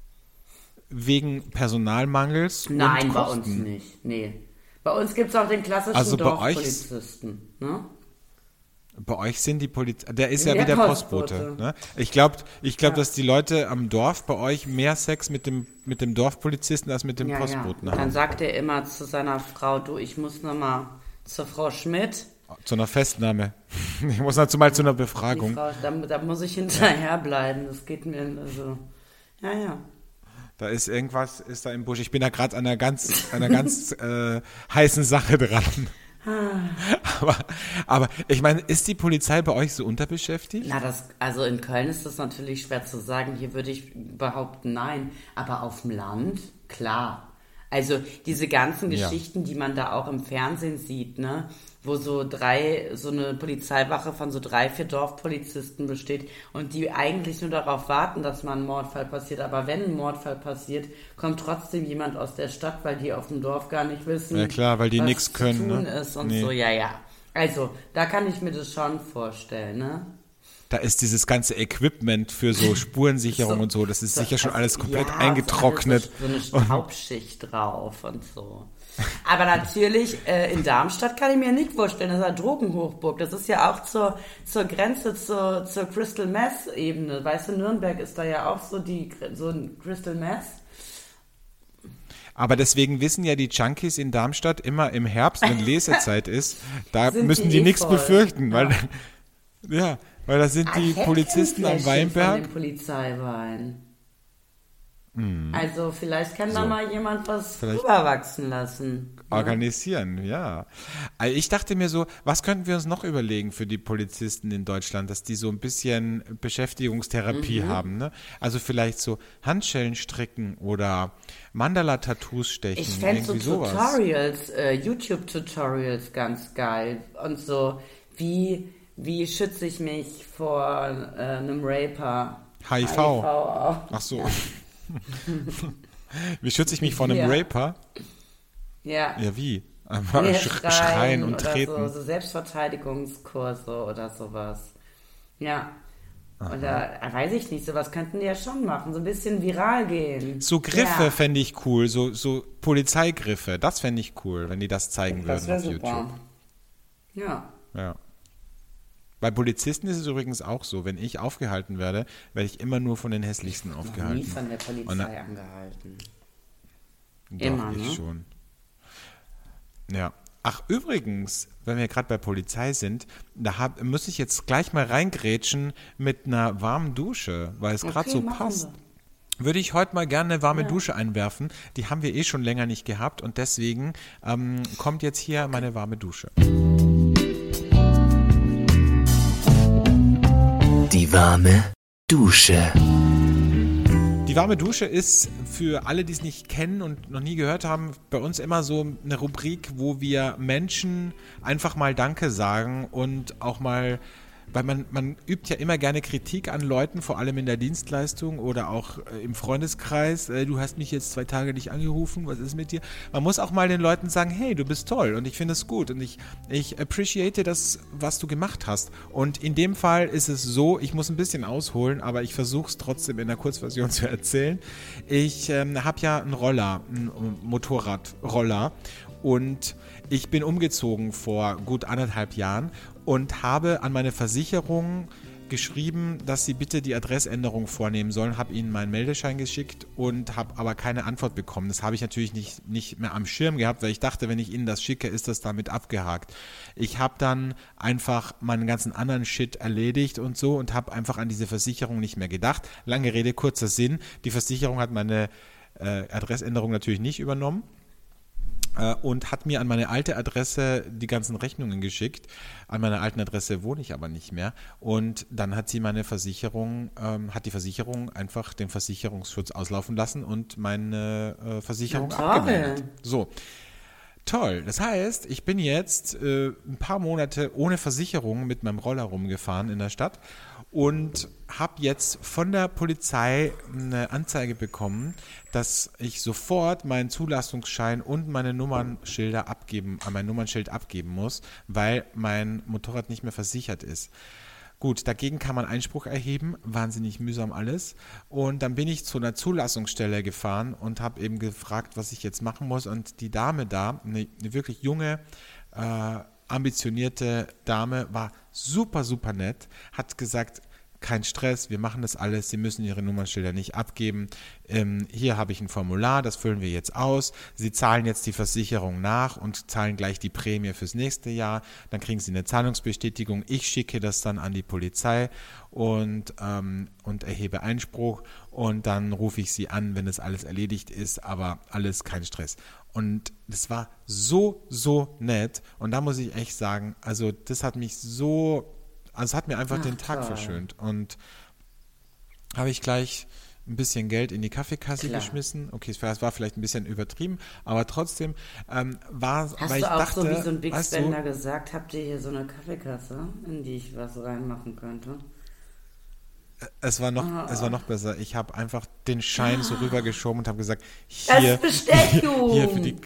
wegen Personalmangels Nein, und bei Kosten. uns nicht. Nee. Bei uns gibt es auch den klassischen Also bei euch- Dorfpolizisten. Ne? Bei euch sind die Polizei, der ist ja Der wie der Postbote. Postbote. Ne? Ich glaube, ich glaub, Ja. dass die Leute am Dorf bei euch mehr Sex mit dem, mit dem Dorfpolizisten als mit dem Ja, Postboten ja. haben. Dann sagt er immer zu seiner Frau, du, ich muss nochmal zur Frau Schmidt. Zu einer Festnahme. Ich muss dazu mal zu einer Die Befragung. Frau, da, da muss ich hinterher bleiben. Das geht mir, also, ja, ja. Da ist irgendwas, ist da im Busch. Ich bin da gerade an einer ganz, einer ganz äh, heißen Sache dran. aber, aber ich meine, ist die Polizei bei euch so unterbeschäftigt? Na, das, also in Köln ist das natürlich schwer zu sagen. Hier würde ich behaupten, nein. Aber auf dem Land, klar. Also diese ganzen Ja. Geschichten, die man da auch im Fernsehen sieht, ne, wo so drei, so eine Polizeiwache von so drei, vier Dorfpolizisten besteht und die eigentlich nur darauf warten, dass mal ein Mordfall passiert. Aber wenn ein Mordfall passiert, kommt trotzdem jemand aus der Stadt, weil die auf dem Dorf gar nicht wissen, Ja, klar, weil die was nix zu können, tun ne? ist und Nee. so. Ja, ja. Also da kann ich mir das schon vorstellen, ne? Da ist dieses ganze Equipment für so Spurensicherung und so, das ist sicher schon alles komplett ja, eingetrocknet. So eine Staubschicht drauf und so. Aber natürlich, äh, in Darmstadt kann ich mir nicht vorstellen, das ist eine Drogenhochburg. Das ist ja auch zur, zur Grenze zur, zur Crystal Meth Ebene. Weißt du, Nürnberg ist da ja auch so die so ein Crystal Meth. Aber deswegen wissen ja die Junkies in Darmstadt immer im Herbst, wenn Lesezeit ist, da Sind müssen die die eh nichts voll. befürchten, weil Ja. ja, weil da sind die Ah, Polizisten am Häppchenfläschchen Weinberg. Von dem Polizeiwein. Hm. Also vielleicht kann da So. mal jemand was Vielleicht- rüberwachsen lassen. Organisieren, ja. Also ich dachte mir so, was könnten wir uns noch überlegen für die Polizisten in Deutschland, dass die so ein bisschen Beschäftigungstherapie Mhm. haben, ne? Also vielleicht so Handschellen stricken oder Mandala-Tattoos stechen, Ich fände so irgendwie sowas. Tutorials, äh, YouTube-Tutorials ganz geil. Und so, wie, wie schütze ich mich vor äh, einem Raper? H I V. H I V auch. Ach so. Wie schütze ich mich vor einem Ja. Raper? Ja. Ja, wie? Einfach Ja, sch- schreien und oder treten. So, so Selbstverteidigungskurse oder sowas. Ja. Oder, äh, weiß ich nicht, sowas könnten die ja schon machen. So ein bisschen viral gehen. So Griffe Ja. fände ich cool, so, so Polizeigriffe, das fände ich cool, wenn die das zeigen Das würden wäre auf super. YouTube. Ja. Ja. Bei Polizisten ist es übrigens auch so, wenn ich aufgehalten werde, werde ich immer nur von den hässlichsten Noch nie aufgehalten. von der Polizei Und, angehalten. Doch, immer, ich ne? schon. Ja. Ach, übrigens, wenn wir gerade bei Polizei sind, da hab, muss ich jetzt gleich mal reingrätschen mit einer warmen Dusche, weil es gerade Okay, so machen passt. wir. Würde ich heute mal gerne eine warme Dusche einwerfen. Die haben wir eh schon länger nicht gehabt und deswegen ähm, kommt jetzt hier meine warme Dusche. Die warme Dusche. Die warme Dusche ist für alle, die es nicht kennen und noch nie gehört haben, bei uns immer so eine Rubrik, wo wir Menschen einfach mal Danke sagen und auch mal, weil man, man übt ja immer gerne Kritik an Leuten, vor allem in der Dienstleistung oder auch äh, im Freundeskreis. Äh, du hast mich jetzt zwei Tage nicht angerufen, was ist mit dir? Man muss auch mal den Leuten sagen, hey, du bist toll und ich finde es gut und ich, ich appreciate das, was du gemacht hast. Und in dem Fall ist es so, ich muss ein bisschen ausholen, aber ich versuche es trotzdem in der Kurzversion zu erzählen. Ich ähm, habe ja einen Roller, einen Motorradroller und ich bin umgezogen vor gut anderthalb Jahren und habe an meine Versicherung geschrieben, dass sie bitte die Adressänderung vornehmen sollen, habe ihnen meinen Meldeschein geschickt und habe aber keine Antwort bekommen. Das habe ich natürlich nicht, nicht mehr am Schirm gehabt, weil ich dachte, wenn ich ihnen das schicke, ist das damit abgehakt. Ich habe dann einfach meinen ganzen anderen Shit erledigt und so und habe einfach an diese Versicherung nicht mehr gedacht. Lange Rede, kurzer Sinn. Die Versicherung hat meine äh, Adressänderung natürlich nicht übernommen und hat mir an meine alte Adresse die ganzen Rechnungen geschickt. An meiner alten Adresse wohne ich aber nicht mehr. Und dann hat sie meine Versicherung, ähm, hat die Versicherung einfach den Versicherungsschutz auslaufen lassen und meine äh, Versicherung Na toll. abgemeldet. So. Toll. Das heißt, ich bin jetzt äh, ein paar Monate ohne Versicherung mit meinem Roller rumgefahren in der Stadt und habe jetzt von der Polizei eine Anzeige bekommen, dass ich sofort meinen Zulassungsschein und meine Nummernschilder abgeben, äh, mein Nummernschild abgeben muss, weil mein Motorrad nicht mehr versichert ist. Gut, dagegen kann man Einspruch erheben, wahnsinnig mühsam alles. Und dann bin ich zu einer Zulassungsstelle gefahren und habe eben gefragt, was ich jetzt machen muss. Und die Dame da, eine, eine wirklich junge, äh, ambitionierte Dame, war super, super nett, hat gesagt, kein Stress, wir machen das alles, Sie müssen Ihre Nummernschilder nicht abgeben. Ähm, hier habe ich ein Formular, das füllen wir jetzt aus. Sie zahlen jetzt die Versicherung nach und zahlen gleich die Prämie fürs nächste Jahr. Dann kriegen Sie eine Zahlungsbestätigung. Ich schicke das dann an die Polizei und, ähm, und erhebe Einspruch. Und dann rufe ich Sie an, wenn das alles erledigt ist, aber alles kein Stress. Und das war so, so nett. Und da muss ich echt sagen, also das hat mich so... Also es hat mir einfach Ach, den Tag toll. verschönt und habe ich gleich ein bisschen Geld in die Kaffeekasse Klar. geschmissen. Okay, es war, es war vielleicht ein bisschen übertrieben, aber trotzdem ähm, war, Hast weil du ich auch dachte, so wie so ein Big weißt Spender du, gesagt, habt ihr hier so eine Kaffeekasse, in die ich was reinmachen könnte? es war noch, Ah. es war noch besser. Ich habe einfach den Schein so rübergeschoben und habe gesagt, Das hier, ist Bestechung! hier für die.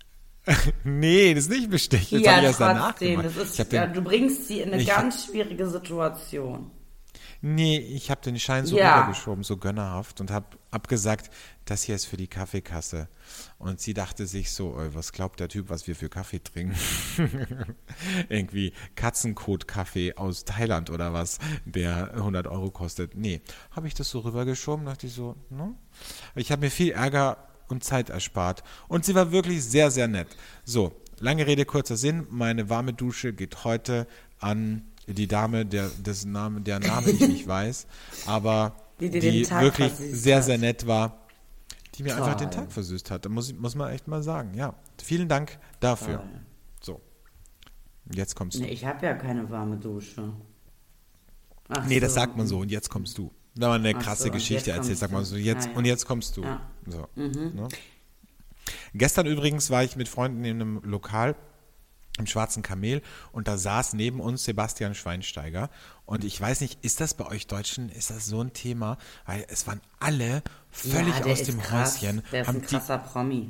Nee, das ist nicht Bestechung. Das Ja, habe ich erst danach trotzdem. gemacht. Das ist, Ich hab ja, den, du bringst sie in eine Ich- ganz schwierige Situation. Nee, ich habe den Schein so Ja. rübergeschoben, so gönnerhaft und habe abgesagt, das hier ist für die Kaffeekasse. Und sie dachte sich so, ey, was glaubt der Typ, was wir für Kaffee trinken? Irgendwie Katzenkot-Kaffee aus Thailand oder was, der hundert Euro kostet. Nee, habe ich das so rübergeschoben, dachte ich so, ne? Ich habe mir viel Ärger und Zeit erspart. Und sie war wirklich sehr, sehr nett. So, lange Rede, kurzer Sinn. Meine warme Dusche geht heute an die Dame, der, dessen Name, der Name ich nicht weiß, aber die, die, die wirklich sehr, hat. sehr nett war, die mir Toll. einfach den Tag versüßt hat. Da muss, muss man echt mal sagen. Ja, vielen Dank dafür. Toll. So, jetzt kommst du. Nee, ich habe ja keine warme Dusche. Ach nee, so. das sagt man so und jetzt kommst du. Da mal eine Ach krasse so, Geschichte erzählt, sag mal so, jetzt ja, ja. und jetzt kommst du. Ja. So, Mhm. ne? Gestern übrigens war ich mit Freunden in einem Lokal im Schwarzen Kamel und da saß neben uns Sebastian Schweinsteiger und ich weiß nicht, ist das bei euch Deutschen, ist das so ein Thema? Weil es waren alle völlig ja, der aus ist dem krass. Häuschen. Der ist haben ein krasser Promi.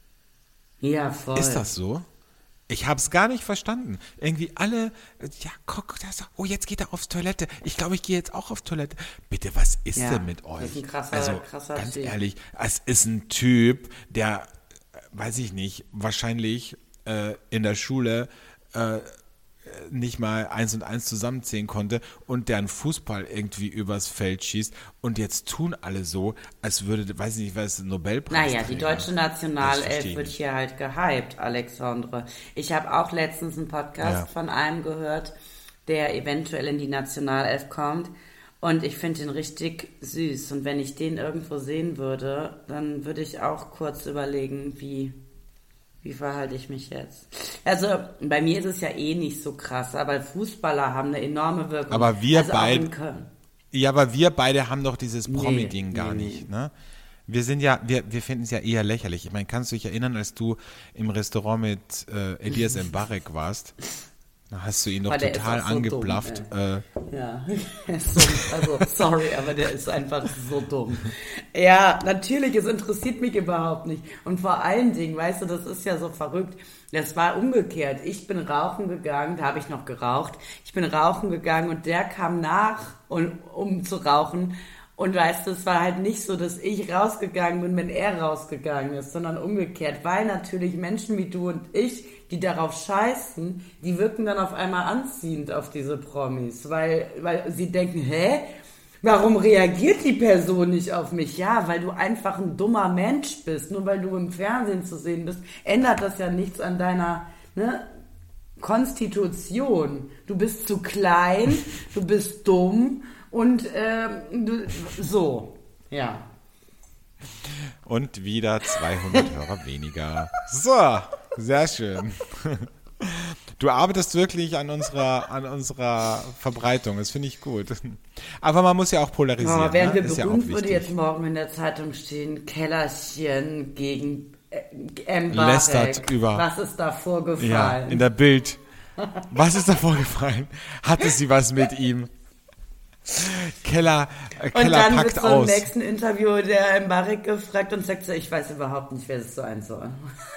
Ja, voll. die, ist das so? Ich habe es gar nicht verstanden. Irgendwie alle, ja, guck, da ist, oh, jetzt geht er aufs Toilette. Ich glaube, ich gehe jetzt auch auf Toilette. Bitte, was ist Ja, denn mit euch? das ist ein krasser- also, krasser ganz Typ. ehrlich, es ist ein Typ, der, äh, weiß ich nicht, wahrscheinlich äh, in der Schule äh, nicht mal eins und eins zusammenzählen konnte und der einen Fußball irgendwie übers Feld schießt und jetzt tun alle so, als würde, weiß ich nicht, was Nobelpreis. Naja, die deutsche Das verstehe Nationalelf ich wird nicht. hier halt gehypt, Alexandre. Ich habe auch letztens einen Podcast Ja. von einem gehört, der eventuell in die Nationalelf kommt. Und ich finde den richtig süß. Und wenn ich den irgendwo sehen würde, dann würde ich auch kurz überlegen, wie, wie verhalte ich mich jetzt. Also bei mir ist es ja eh nicht so krass, aber Fußballer haben eine enorme Wirkung. Aber wir also auch beid- in Köln. Ja, aber wir beide haben doch dieses Nee, Promi-Ding gar nee, nicht, ne? Wir sind ja, wir, wir finden es ja eher lächerlich. Ich meine, kannst du dich erinnern, als du im Restaurant mit äh, Elias Mbarek warst? Da hast du ihn doch Aber der ist total auch so angeblafft. dumm, äh, Ja, er ist so, also sorry, aber der ist einfach so dumm. Ja, natürlich, es interessiert mich überhaupt nicht. Und vor allen Dingen, weißt du, das ist ja so verrückt. Das war umgekehrt. Ich bin rauchen gegangen, da habe ich noch geraucht. Ich bin rauchen gegangen und der kam nach, und, um zu rauchen. Und weißt du, es war halt nicht so, dass ich rausgegangen bin, wenn er rausgegangen ist, sondern umgekehrt. Weil natürlich Menschen wie du und ich, die darauf scheißen, die wirken dann auf einmal anziehend auf diese Promis. Weil, weil sie denken, hä? Warum reagiert die Person nicht auf mich? Ja, weil du einfach ein dummer Mensch bist. Nur weil du im Fernsehen zu sehen bist, ändert das ja nichts an deiner, ne, Konstitution. Du bist zu klein, du bist dumm und ähm, du, so, ja. Und wieder zweihundert Hörer weniger. So, sehr schön. Du arbeitest wirklich an unserer, an unserer Verbreitung, das finde ich gut. Aber man muss ja auch polarisieren. Oh, wären wir ne? Ist berühmt, ja auch würde wichtig. jetzt morgen in der Zeitung stehen, Kellerchen gegen äh, Mbarek. Lästert über- Was ist da Ja, vorgefallen? in der Bild. Was ist da vorgefallen? Hatte sie was mit ihm? Keller, äh, und Keller dann wird packt so im aus. nächsten Interview der Mbarek gefragt und sagt so, ich weiß überhaupt nicht, wer das sein soll.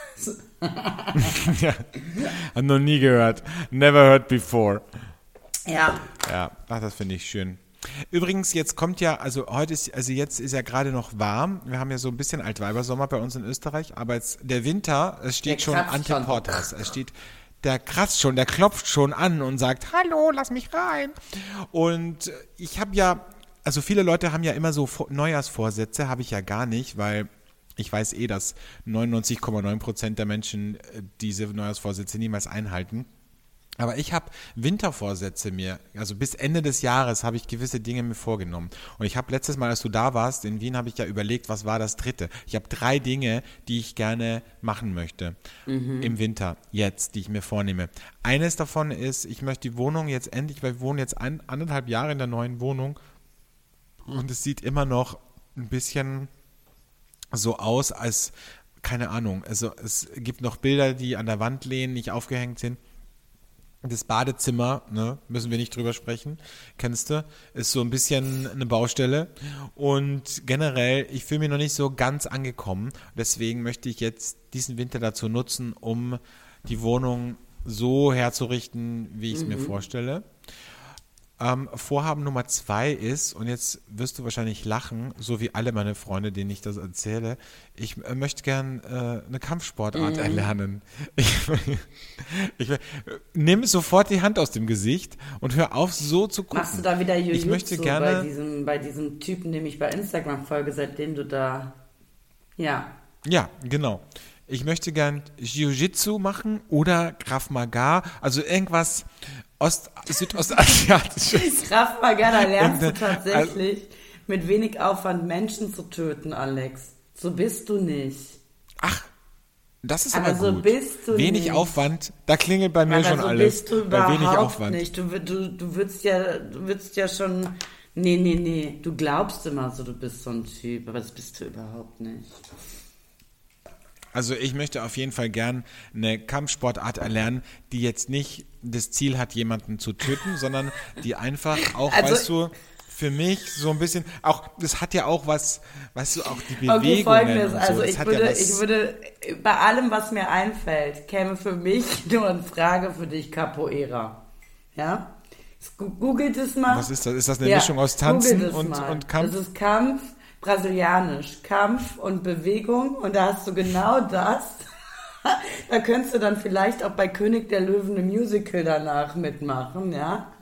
Ja. Hab noch nie gehört. Never heard before. Ja. Ja, ach, das finde ich schön. Übrigens, jetzt kommt ja, also heute ist, also jetzt ist ja gerade noch warm. Wir haben ja so ein bisschen Altweibersommer bei uns in Österreich, aber jetzt der Winter, es steht Der schon kratzt ante schon. portas. Es steht, der kratzt schon, der klopft schon an und sagt, hallo, lass mich rein. Und ich habe ja, also viele Leute haben ja immer so Vor- Neujahrsvorsätze, habe ich ja gar nicht, weil ich weiß eh, dass neunundneunzig Komma neun Prozent der Menschen äh, diese Neujahrsvorsätze niemals einhalten. Aber ich habe Wintervorsätze mir, also bis Ende des Jahres habe ich gewisse Dinge mir vorgenommen. Und ich habe letztes Mal, als du da warst, in Wien, habe ich ja überlegt, was war das dritte. Ich habe drei Dinge, die ich gerne machen möchte Mhm. im Winter, jetzt, die ich mir vornehme. Eines davon ist, ich möchte die Wohnung jetzt endlich, weil wir wohnen jetzt ein, anderthalb Jahre in der neuen Wohnung und es sieht immer noch ein bisschen so aus, als, keine Ahnung, also es gibt noch Bilder, die an der Wand lehnen, nicht aufgehängt sind. Das Badezimmer, ne, müssen wir nicht drüber sprechen, kennst du, ist so ein bisschen eine Baustelle und generell, ich fühle mich noch nicht so ganz angekommen, deswegen möchte ich jetzt diesen Winter dazu nutzen, um die Wohnung so herzurichten, wie ich es mir vorstelle. Ähm, Vorhaben Nummer zwei ist, und jetzt wirst du wahrscheinlich lachen, so wie alle meine Freunde, denen ich das erzähle, ich äh, möchte gern äh, eine Kampfsportart erlernen. Ich, ich, äh, nimm sofort die Hand aus dem Gesicht und hör auf, so zu gucken. Machst du da wieder Jujutsu Ich möchte bei gerne, diesem, bei diesem Typen, dem ich bei Instagram folge, seitdem du da, ja. Ja, genau. Ich möchte gern Jiu-Jitsu machen oder Krav Maga, also irgendwas Ost, Südostasiatisches. Krav Maga, da lernst du Und, äh, tatsächlich mit wenig Aufwand Menschen zu töten, Alex. So bist du nicht. Ach, das ist Aber aber so gut. bist du wenig nicht. Aufwand, da klingelt bei mir Aber schon so alles. bist du Bei überhaupt wenig Aufwand. nicht. Du, du, du würdest ja, du würdest ja schon, nee, nee, nee, du glaubst immer so, du bist so ein Typ, aber das bist du überhaupt nicht. Also ich möchte auf jeden Fall gern eine Kampfsportart erlernen, die jetzt nicht das Ziel hat, jemanden zu töten, sondern die einfach auch, Also- weißt du, für mich so ein bisschen, auch, das hat ja auch was, weißt du, auch die Bewegungen Okay, folgendes, und so. also das ich hat würde, ja was, ich würde, bei allem, was mir einfällt, käme für mich nur in Frage für dich Capoeira. Ja? Googelt es mal. Was ist das? Ist das eine Mischung aus Tanzen googelt es und- mal. und Kampf? Das ist Kampf, brasilianisch, Kampf und Bewegung und da hast du genau das. Da könntest du dann vielleicht auch bei König der Löwen ein Musical danach mitmachen, ja?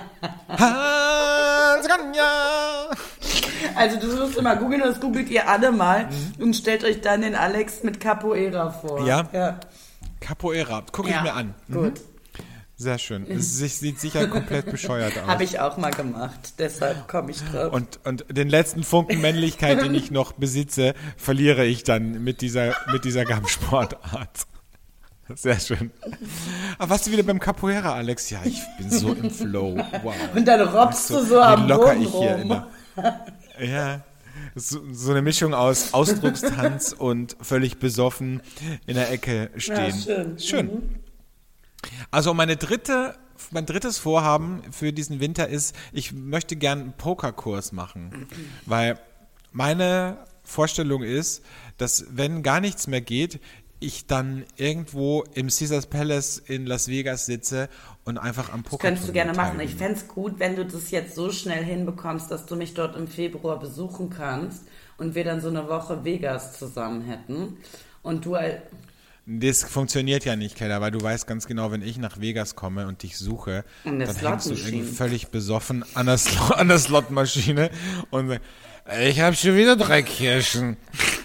Also du musst immer googeln, das googelt ihr alle mal und stellt euch dann den Alex mit Capoeira vor. Ja? Ja. Capoeira, gucke ich Ja, mir an. Mhm. Gut. Sehr schön. Es sich- sieht sicher komplett bescheuert aus. Habe ich auch mal gemacht, deshalb komme ich drauf. Und, und den letzten Funken Männlichkeit, den ich noch besitze, verliere ich dann mit dieser, mit dieser Kampfsportart. Sehr schön. Aber warst du wieder beim Capoeira, Alex? Ja, ich bin so im Flow. Wow. Und dann robbst du so wie am locker Boden ich hier rum. immer. Ja, so, so eine Mischung aus Ausdruckstanz und völlig besoffen in der Ecke stehen. schön. Schön. Also meine dritte, mein drittes Vorhaben für diesen Winter ist, ich möchte gern einen Pokerkurs machen, weil meine Vorstellung ist, dass wenn gar nichts mehr geht, ich dann irgendwo im Caesars Palace in Las Vegas sitze und einfach am Poker Könntest du gerne machen. Ich fände es gut, wenn du das jetzt so schnell hinbekommst, dass du mich dort im Februar besuchen kannst und wir dann so eine Woche Vegas zusammen hätten. Und du al- Das funktioniert ja nicht, Keller, weil du weißt ganz genau, wenn ich nach Vegas komme und dich suche, An der dann hängst du Slotmaschine. irgendwie völlig besoffen an der, Slot, an der Slotmaschine und sagst, ich habe schon wieder drei Kirschen.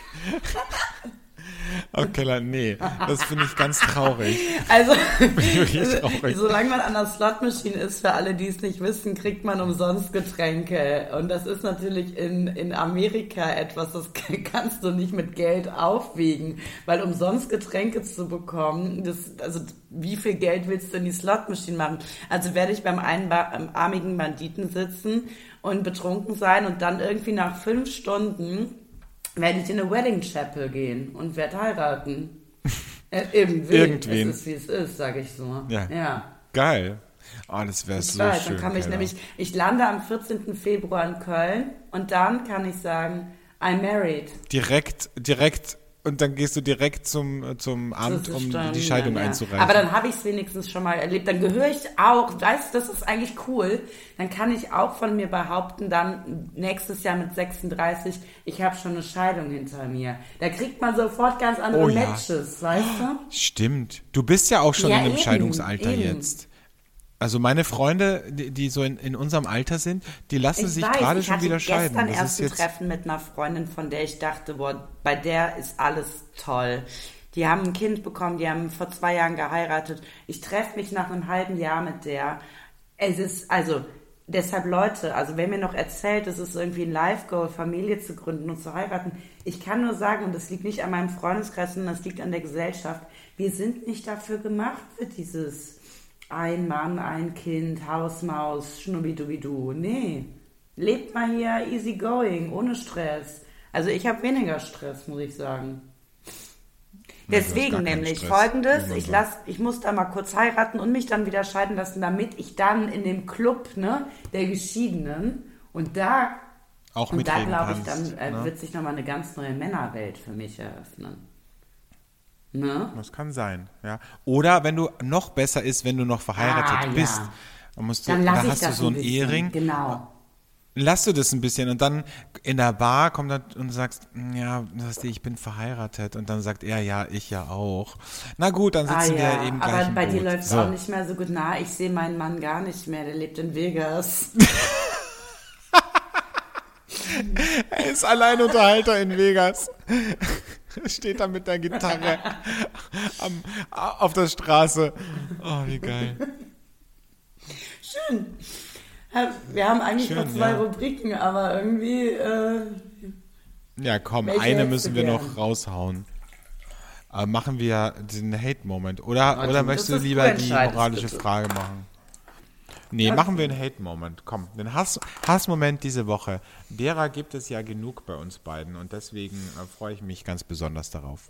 Oh, Keller, nee, das finde ich ganz traurig. Also, Wirklich traurig. solange man an der Slotmaschine ist, für alle, die es nicht wissen, kriegt man umsonst Getränke. Und das ist natürlich in, in Amerika etwas, das kannst du nicht mit Geld aufwiegen. Weil umsonst Getränke zu bekommen, das, also wie viel Geld willst du in die Slotmaschine machen? Also werde ich beim einarmigen Banditen sitzen und betrunken sein und dann irgendwie nach fünf Stunden werde ich in eine Wedding Chapel gehen und werde heiraten. Äh, irgendwie. Irgendwen. Es ist, wie es ist, sage ich so. Ja. Ja. Geil. Oh, das wäre Ich so weiß, schön. dann kann ich Keller. nämlich, ich lande am vierzehnten Februar in Köln und dann kann ich sagen, I'm married. Direkt, direkt, und dann gehst du direkt zum, zum Amt, Das ist um dann- die Scheidung ja. einzureichen. Aber dann habe ich es wenigstens schon mal erlebt. Dann gehöre ich auch, weißt du, das ist eigentlich cool. Dann kann ich auch von mir behaupten, dann nächstes Jahr mit sechsunddreißig, ich habe schon eine Scheidung hinter mir. Da kriegt man sofort ganz andere Oh ja. Matches, weißt du? Stimmt. Du bist ja auch schon Ja, in einem eben, Scheidungsalter eben. jetzt. Also meine Freunde, die, die so in, in unserem Alter sind, die lassen Ich sich weiß, gerade ich schon hatte wieder scheiden. gestern Das erst ist ein jetzt Treffen mit einer Freundin, von der ich dachte, boah, bei der ist alles toll. Die haben ein Kind bekommen, die haben vor zwei Jahren geheiratet. Ich treffe mich nach einem halben Jahr mit der. Es ist, also, deshalb Leute, also wer mir noch erzählt, es ist irgendwie ein Life-Goal, Familie zu gründen und zu heiraten, ich kann nur sagen, und das liegt nicht an meinem Freundeskreis, sondern das liegt an der Gesellschaft, wir sind nicht dafür gemacht für dieses ein Mann, ein Kind, Hausmaus, Schnubbidubidu. Nee, lebt mal hier easy going, ohne Stress. Also ich habe weniger Stress, muss ich sagen. Nee, du hast Deswegen gar keinen nämlich Stress, folgendes, wie man ich, sagt. lass, ich muss da mal kurz heiraten und mich dann wieder scheiden lassen, damit ich dann in dem Club, ne, der Geschiedenen und da, auch und da mitreden glaube ich, kannst. dann äh, ne? wird sich nochmal eine ganz neue Männerwelt für mich eröffnen. Ne? Das kann sein, ja. Oder wenn du noch besser ist, wenn du noch verheiratet Ah, bist, ja. dann musst du, Dann da lasse ich hast du das so ein einen bisschen. Ehering. Genau. Lass du das ein bisschen und dann in der Bar kommt er und sagst, ja, weißt du, ich bin verheiratet und dann sagt er, ja, ich ja auch. Na gut, dann Ah sitzen ja, wir eben gleich aber im bei Boot. dir läuft es so. auch nicht mehr so gut. Na, ich sehe meinen Mann gar nicht mehr, der lebt in Vegas. Er ist Alleinunterhalter in Vegas. Steht da mit der Gitarre am, auf der Straße. Oh, wie geil. Schön. Wir haben eigentlich Schön, noch zwei ja. Rubriken, aber irgendwie... Äh, ja, komm, welche eine hättest müssen du wir gern? noch raushauen. Äh, machen wir den Hate-Moment. Oder, Warte, oder das möchtest du ist lieber du die entscheidest, moralische bitte. Frage machen? Nee, Okay. machen wir einen Hate-Moment. Komm, den Hass, Hassmoment diese Woche. Derer gibt es ja genug bei uns beiden und deswegen äh, freue ich mich ganz besonders darauf.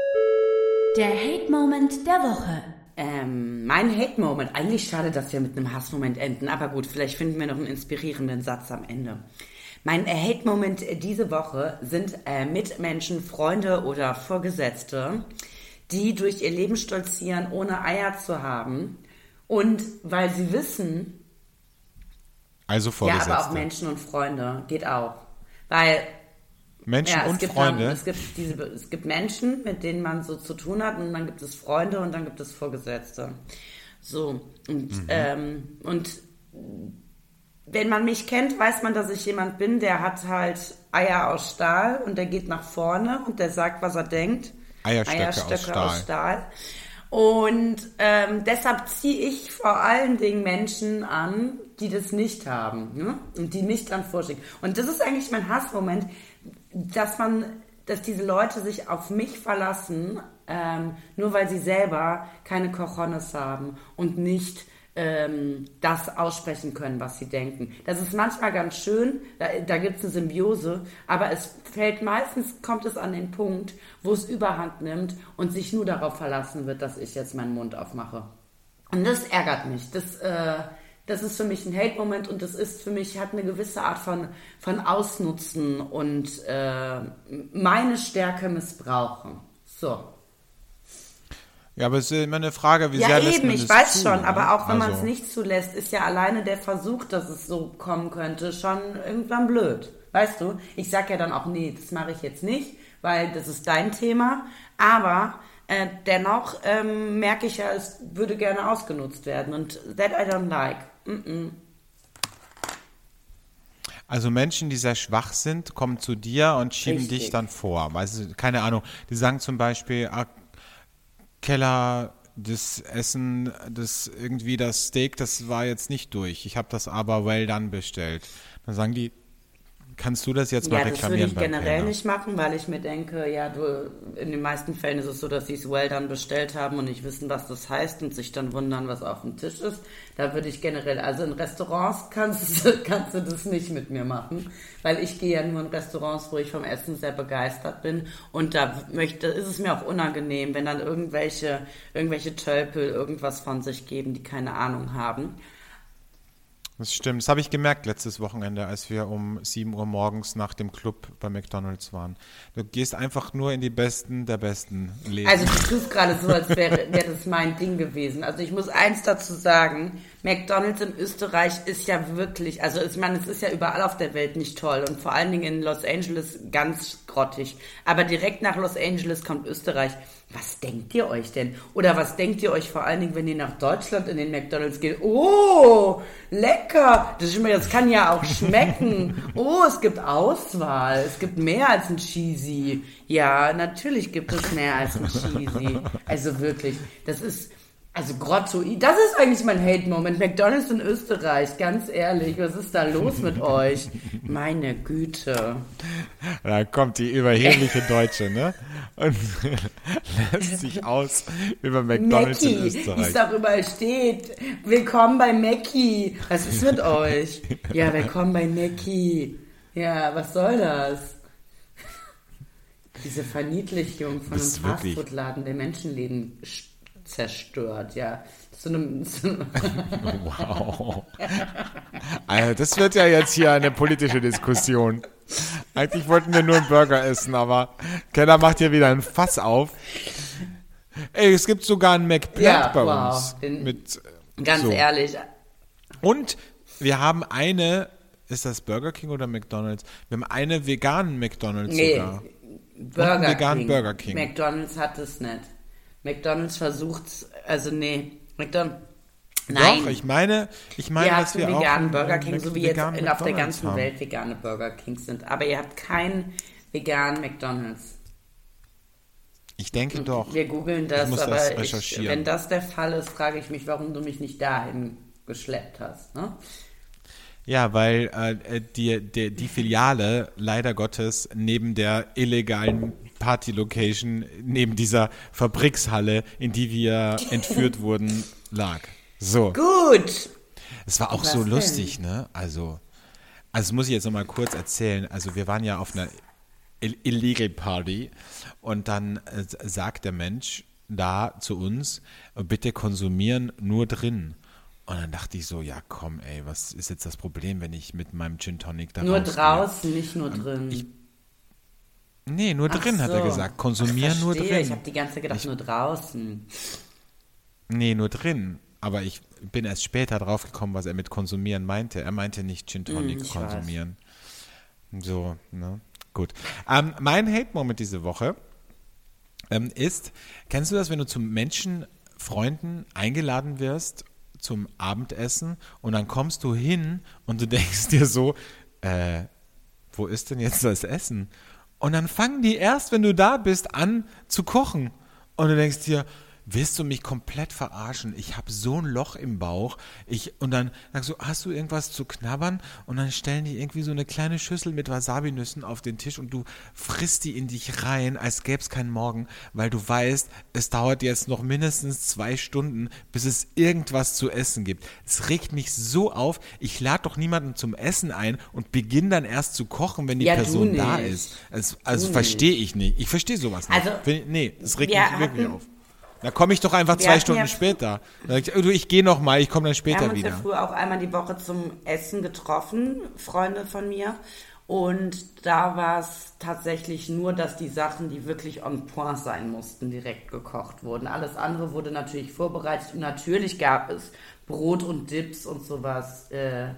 Der Hate-Moment der Woche. Ähm, mein Hate-Moment. Eigentlich schade, dass wir mit einem Hassmoment enden, aber gut, vielleicht finden wir noch einen inspirierenden Satz am Ende. Mein äh, Hate-Moment diese Woche sind äh, Mitmenschen, Freunde oder Vorgesetzte, die durch ihr Leben stolzieren, ohne Eier zu haben. Und weil sie wissen, Also ja, Vorgesetzte. aber auch Menschen und Freunde, geht auch. Weil Menschen ja, es und gibt Freunde. Dann, es, gibt diese, es gibt Menschen, mit denen man so zu tun hat, und dann gibt es Freunde und dann gibt es Vorgesetzte. So, und, Mhm. ähm, und wenn man mich kennt, weiß man, dass ich jemand bin, der hat halt Eier aus Stahl und der geht nach vorne und der sagt, was er denkt. Eierstöcke aus Stahl. aus Stahl. Und ähm, deshalb ziehe ich vor allen Dingen Menschen an, die das nicht haben, ne? Und die mich dann vorschicken. Und das ist eigentlich mein Hassmoment, dass man, dass diese Leute sich auf mich verlassen, ähm, nur weil sie selber keine Cojones haben und nicht ähm, das aussprechen können, was sie denken. Das ist manchmal ganz schön, da, da gibt es eine Symbiose, aber es fällt meistens, kommt es an den Punkt, wo es Überhand nimmt und sich nur darauf verlassen wird, dass ich jetzt meinen Mund aufmache. Und das ärgert mich. Das, äh, das ist für mich ein Hate-Moment und das ist für mich, hat eine gewisse Art von, von Ausnutzen und äh, meine Stärke missbrauchen. So. Ja, aber es ist immer eine Frage, wie Ja, sehr lässt eben, man ich es weiß zu, schon, ne? aber auch wenn man es Also, nicht zulässt, ist ja alleine der Versuch, dass es so kommen könnte, schon irgendwann blöd. Weißt du? Ich sag ja dann auch, nee, das mache ich jetzt nicht, weil das ist dein Thema, aber äh, dennoch ähm, merke ich ja, es würde gerne ausgenutzt werden und that I don't like. Mm-mm. Also Menschen, die sehr schwach sind, kommen zu dir und schieben Richtig. dich dann vor. Weißt du, keine Ahnung, die sagen zum Beispiel, ah, Keller, das Essen, das irgendwie das Steak, das war jetzt nicht durch. Ich habe das aber well done bestellt. Dann sagen die, kannst du das jetzt mal Ja, das würde reklamieren ich beim generell Kellner? nicht machen, weil ich mir denke, ja, du, in den meisten Fällen ist es so, dass sie es well done bestellt haben und nicht wissen, was das heißt und sich dann wundern, was auf dem Tisch ist. Da würde ich generell, also in Restaurants kannst du, kannst du das nicht mit mir machen, weil ich gehe ja nur in Restaurants, wo ich vom Essen sehr begeistert bin und da möchte, ist es mir auch unangenehm, wenn dann irgendwelche, irgendwelche Tölpel irgendwas von sich geben, die keine Ahnung haben. Das stimmt, das habe ich gemerkt letztes Wochenende, als wir um sieben Uhr morgens nach dem Club bei McDonald's waren. Du gehst einfach nur in die Besten der Besten Läden. Also du tust gerade so, als wäre wär das mein Ding gewesen. Also ich muss eins dazu sagen, McDonald's in Österreich ist ja wirklich, also ich meine, es ist ja überall auf der Welt nicht toll und vor allen Dingen in Los Angeles ganz grottig. Aber direkt nach Los Angeles kommt Österreich. Was denkt ihr euch denn? Oder was denkt ihr euch vor allen Dingen, wenn ihr nach Deutschland in den McDonald's geht? Oh, lecker! Das, ist, das kann ja auch schmecken. Oh, es gibt Auswahl. Es gibt mehr als ein Cheesy. Ja, natürlich gibt es mehr als ein Cheesy. Also wirklich, das ist... Also grottoid, das ist eigentlich mein Hate-Moment. McDonald's in Österreich, ganz ehrlich, was ist da los mit euch? Meine Güte. Da kommt die überhebliche Deutsche, ne? Und lässt sich aus über McDonald's in Mackie, wie Österreich. es auch überall steht. Willkommen bei Mackie. Was ist mit euch? Ja, willkommen bei Mackie. Ja, was soll das? Diese Verniedlichung von einem Das ist wirklich- Fastfood-Laden, der Menschenleben st- zerstört, ja. So eine, so eine Wow. Also das wird ja jetzt hier eine politische Diskussion. Eigentlich wollten wir nur einen Burger essen, aber Keller macht hier wieder ein Fass auf. Ey, es gibt sogar einen McPlant Ja, bei wow. uns. Den- Mit, ganz so. ehrlich. Und wir haben eine, ist das Burger King oder McDonald's? Wir haben eine veganen McDonald's Nee, sogar. Burger einen veganen King. Burger King. McDonald's hat es nicht. McDonald's versucht's, also nee, McDonald's, nein. Doch, ich meine, ich meine, ihr dass habt wir einen auch veganen einen, Burger einen King, Mac- so wie jetzt veganen in, auf der McDonald's ganzen haben. Welt vegane Burger Kings sind. Aber ihr habt keinen veganen McDonald's. Ich denke doch. Wir googeln das, ich muss aber das ich, recherchieren. wenn das der Fall ist, frage ich mich, warum du mich nicht dahin geschleppt hast. Ne? Ja, weil äh, die, die, die Filiale leider Gottes neben der illegalen Party-Location, neben dieser Fabrikshalle, in die wir entführt wurden, lag. So. Gut. Es war auch Was so denn? lustig, ne? Also, also muss ich jetzt nochmal kurz erzählen. Also wir waren ja auf einer Ill- Illegal Party und dann äh, sagt der Mensch da zu uns, bitte konsumieren nur drin. Und dann dachte ich so, ja komm ey, was ist jetzt das Problem, wenn ich mit meinem Gin Tonic da Nur rausgehe? draußen, nicht nur drin. ich- Nee, nur Ach drin, hat er so. gesagt. Konsumieren Ach, nur verstehe. drin. Ich habe die ganze Zeit gedacht, Ich- nur draußen. Nee, nur drin. Aber ich bin erst später drauf gekommen, was er mit konsumieren meinte. Er meinte nicht Gin Tonic Mm, ich konsumieren. So, ne? Gut. Ähm, mein Hate-Moment diese Woche ähm, ist, kennst du das, wenn du zu Menschen, Freunden eingeladen wirst zum Abendessen und dann kommst du hin und du denkst dir so, äh, wo ist denn jetzt das Essen? Und dann fangen die erst, wenn du da bist, an zu kochen. Und du denkst dir, willst du mich komplett verarschen? Ich habe so ein Loch im Bauch. Ich, und dann sagst du, hast du irgendwas zu knabbern? Und dann stellen die irgendwie so eine kleine Schüssel mit Wasabi-Nüssen auf den Tisch und du frisst die in dich rein, als gäbe es keinen Morgen, weil du weißt, es dauert jetzt noch mindestens zwei Stunden, bis es irgendwas zu essen gibt. Es regt mich so auf. Ich lade doch niemanden zum Essen ein und beginne dann erst zu kochen, wenn die Ja, du Person da nicht. ist. Also, also Du verstehe ich nicht. Ich verstehe sowas nicht. Also, Find- nee, das regt wir mich wirklich hatten- auf. Da komme ich doch einfach Wir zwei hatten Stunden ja- später. Da sag ich, oh, du, ich gehe noch mal, ich komme dann Wir später haben uns wieder. ja früher auch einmal die Woche zum Essen getroffen, Freunde von mir. Und da war es tatsächlich nur, dass die Sachen, die wirklich on point sein mussten, direkt gekocht wurden. Alles andere wurde natürlich vorbereitet. Und natürlich gab es Brot und Dips und sowas, äh,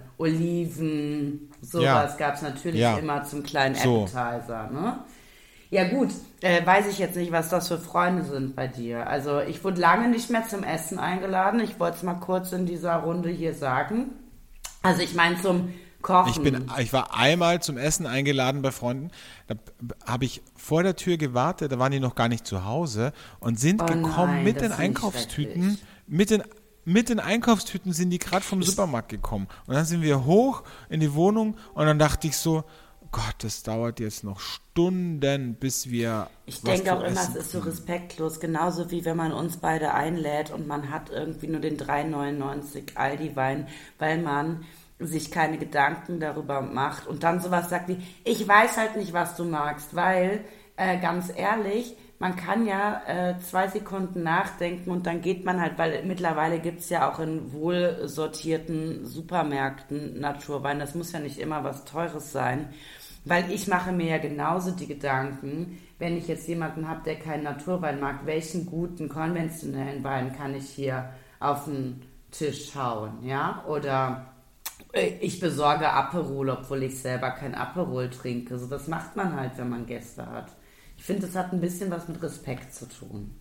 Oliven, sowas Ja. gab es natürlich Ja. immer zum kleinen So. Appetizer, ne? Ja gut, äh, weiß ich jetzt nicht, was das für Freunde sind bei dir. Also ich wurde lange nicht mehr zum Essen eingeladen. Ich wollte es mal kurz in dieser Runde hier sagen. Also ich meine zum Kochen. Ich, bin, ich war einmal zum Essen eingeladen bei Freunden. Da habe ich vor der Tür gewartet, da waren die noch gar nicht zu Hause und sind Oh gekommen nein, mit das den finde ich Einkaufstüten. schrecklich. Mit den, mit den Einkaufstüten sind die gerade vom Supermarkt gekommen. Und dann sind wir hoch in die Wohnung und dann dachte ich so, Gott, das dauert jetzt noch Stunden, bis wir Ich was denke zu auch immer, essen es ist so kriegen. respektlos, genauso wie wenn man uns beide einlädt und man hat irgendwie nur den drei neunundneunzig Aldi-Wein, weil man sich keine Gedanken darüber macht und dann sowas sagt wie, ich weiß halt nicht, was du magst, weil, äh, ganz ehrlich, man kann ja äh, zwei Sekunden nachdenken und dann geht man halt, weil mittlerweile gibt es ja auch in wohl sortierten Supermärkten Naturwein, das muss ja nicht immer was Teures sein, weil ich mache mir ja genauso die Gedanken, wenn ich jetzt jemanden habe, der keinen Naturwein mag, welchen guten konventionellen Wein kann ich hier auf den Tisch hauen, ja, oder äh, ich besorge Aperol, obwohl ich selber kein Aperol trinke, so das macht man halt, wenn man Gäste hat. Ich finde, das hat ein bisschen was mit Respekt zu tun.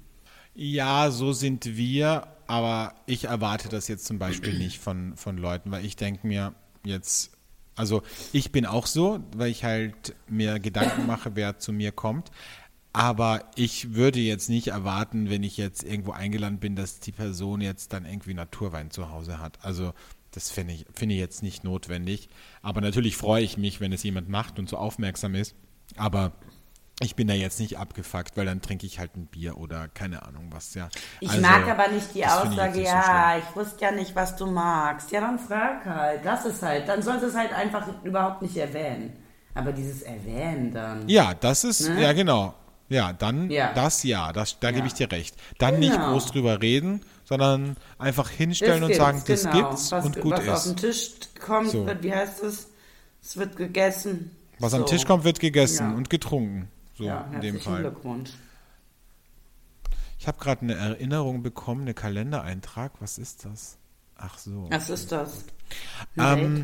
Ja, so sind wir, aber ich erwarte das jetzt zum Beispiel nicht von, von Leuten, weil ich denke mir jetzt, also ich bin auch so, weil ich halt mir Gedanken mache, wer zu mir kommt, aber ich würde jetzt nicht erwarten, wenn ich jetzt irgendwo eingeladen bin, dass die Person jetzt dann irgendwie Naturwein zu Hause hat. Also das finde ich, finde ich jetzt nicht notwendig, aber natürlich freue ich mich, wenn es jemand macht und so aufmerksam ist, aber ich bin da jetzt nicht abgefuckt, weil dann trinke ich halt ein Bier oder keine Ahnung was, ja. Ich Also, mag aber nicht die das finde ich Aussage, jetzt nicht so ja, ich wusste ja nicht, was du magst. Ja, dann frag halt. Das ist halt, dann sollst du es halt einfach überhaupt nicht erwähnen. Aber dieses Erwähnen dann. Ja, das ist, Ne? ja genau. Ja, dann Ja. das ja, das, da Ja. gebe ich dir recht. Dann nicht Genau. groß drüber reden, sondern einfach hinstellen Das und sagen, gibt's, das genau. gibt's was, und gut was auf den ist. Tisch kommt, So. wird, wie heißt es? Es wird gegessen. Was so. am Tisch kommt, wird gegessen Ja. und getrunken. So Ja, in dem herzlichen Fall. Glückwunsch. Ich habe gerade eine Erinnerung bekommen, eine Kalendereintrag. Was ist das? Ach so. Was ist das? Ein Ähm,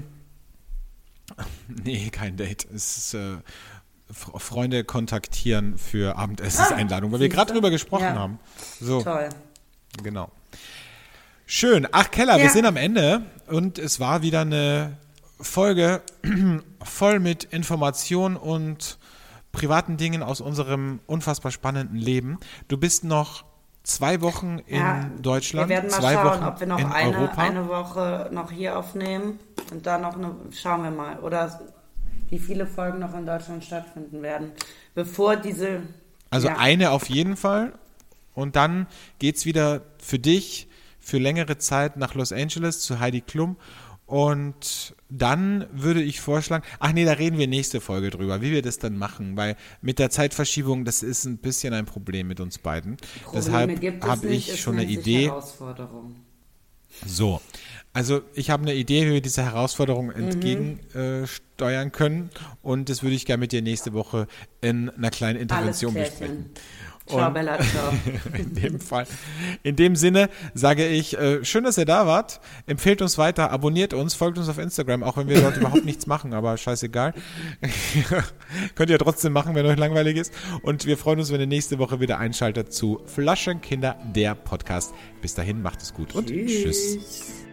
nee, kein Date. Es ist äh, F- Freunde kontaktieren für Abendessenseinladung, weil wir siehst gerade du? drüber gesprochen Ja. haben. So, Toll. genau. Schön. Ach, Keller, wir Ja. sind am Ende und es war wieder eine Folge voll mit Information und privaten Dingen aus unserem unfassbar spannenden Leben. Du bist noch zwei Wochen in Ja, Deutschland, wir werden mal zwei schauen, Wochen ob wir noch in eine, Europa. eine Woche noch hier aufnehmen und dann noch eine, schauen wir mal, oder wie viele Folgen noch in Deutschland stattfinden werden, bevor diese... Also ja. eine auf jeden Fall. Und dann geht's wieder für dich für längere Zeit nach Los Angeles zu Heidi Klum. Und dann würde ich vorschlagen, ach nee, da reden wir nächste Folge drüber, wie wir das dann machen, weil mit der Zeitverschiebung, das ist ein bisschen ein Problem mit uns beiden. Probleme Deshalb habe ich es schon eine nennt sich Idee. Herausforderung. So, also ich habe eine Idee, wie wir dieser Herausforderung entgegensteuern äh, können, und das würde ich gerne mit dir nächste Woche in einer kleinen Intervention Alles besprechen. Ciao, Und Bella, ciao. in dem Fall, in dem Sinne sage ich, äh, schön, dass ihr da wart. Empfehlt uns weiter, abonniert uns, folgt uns auf Instagram, auch wenn wir dort überhaupt nichts machen, aber scheißegal. Könnt ihr trotzdem machen, wenn euch langweilig ist. Und wir freuen uns, wenn ihr nächste Woche wieder einschaltet zu Flaschenkinder, der Podcast. Bis dahin, macht es gut und tschüss. Tschüss.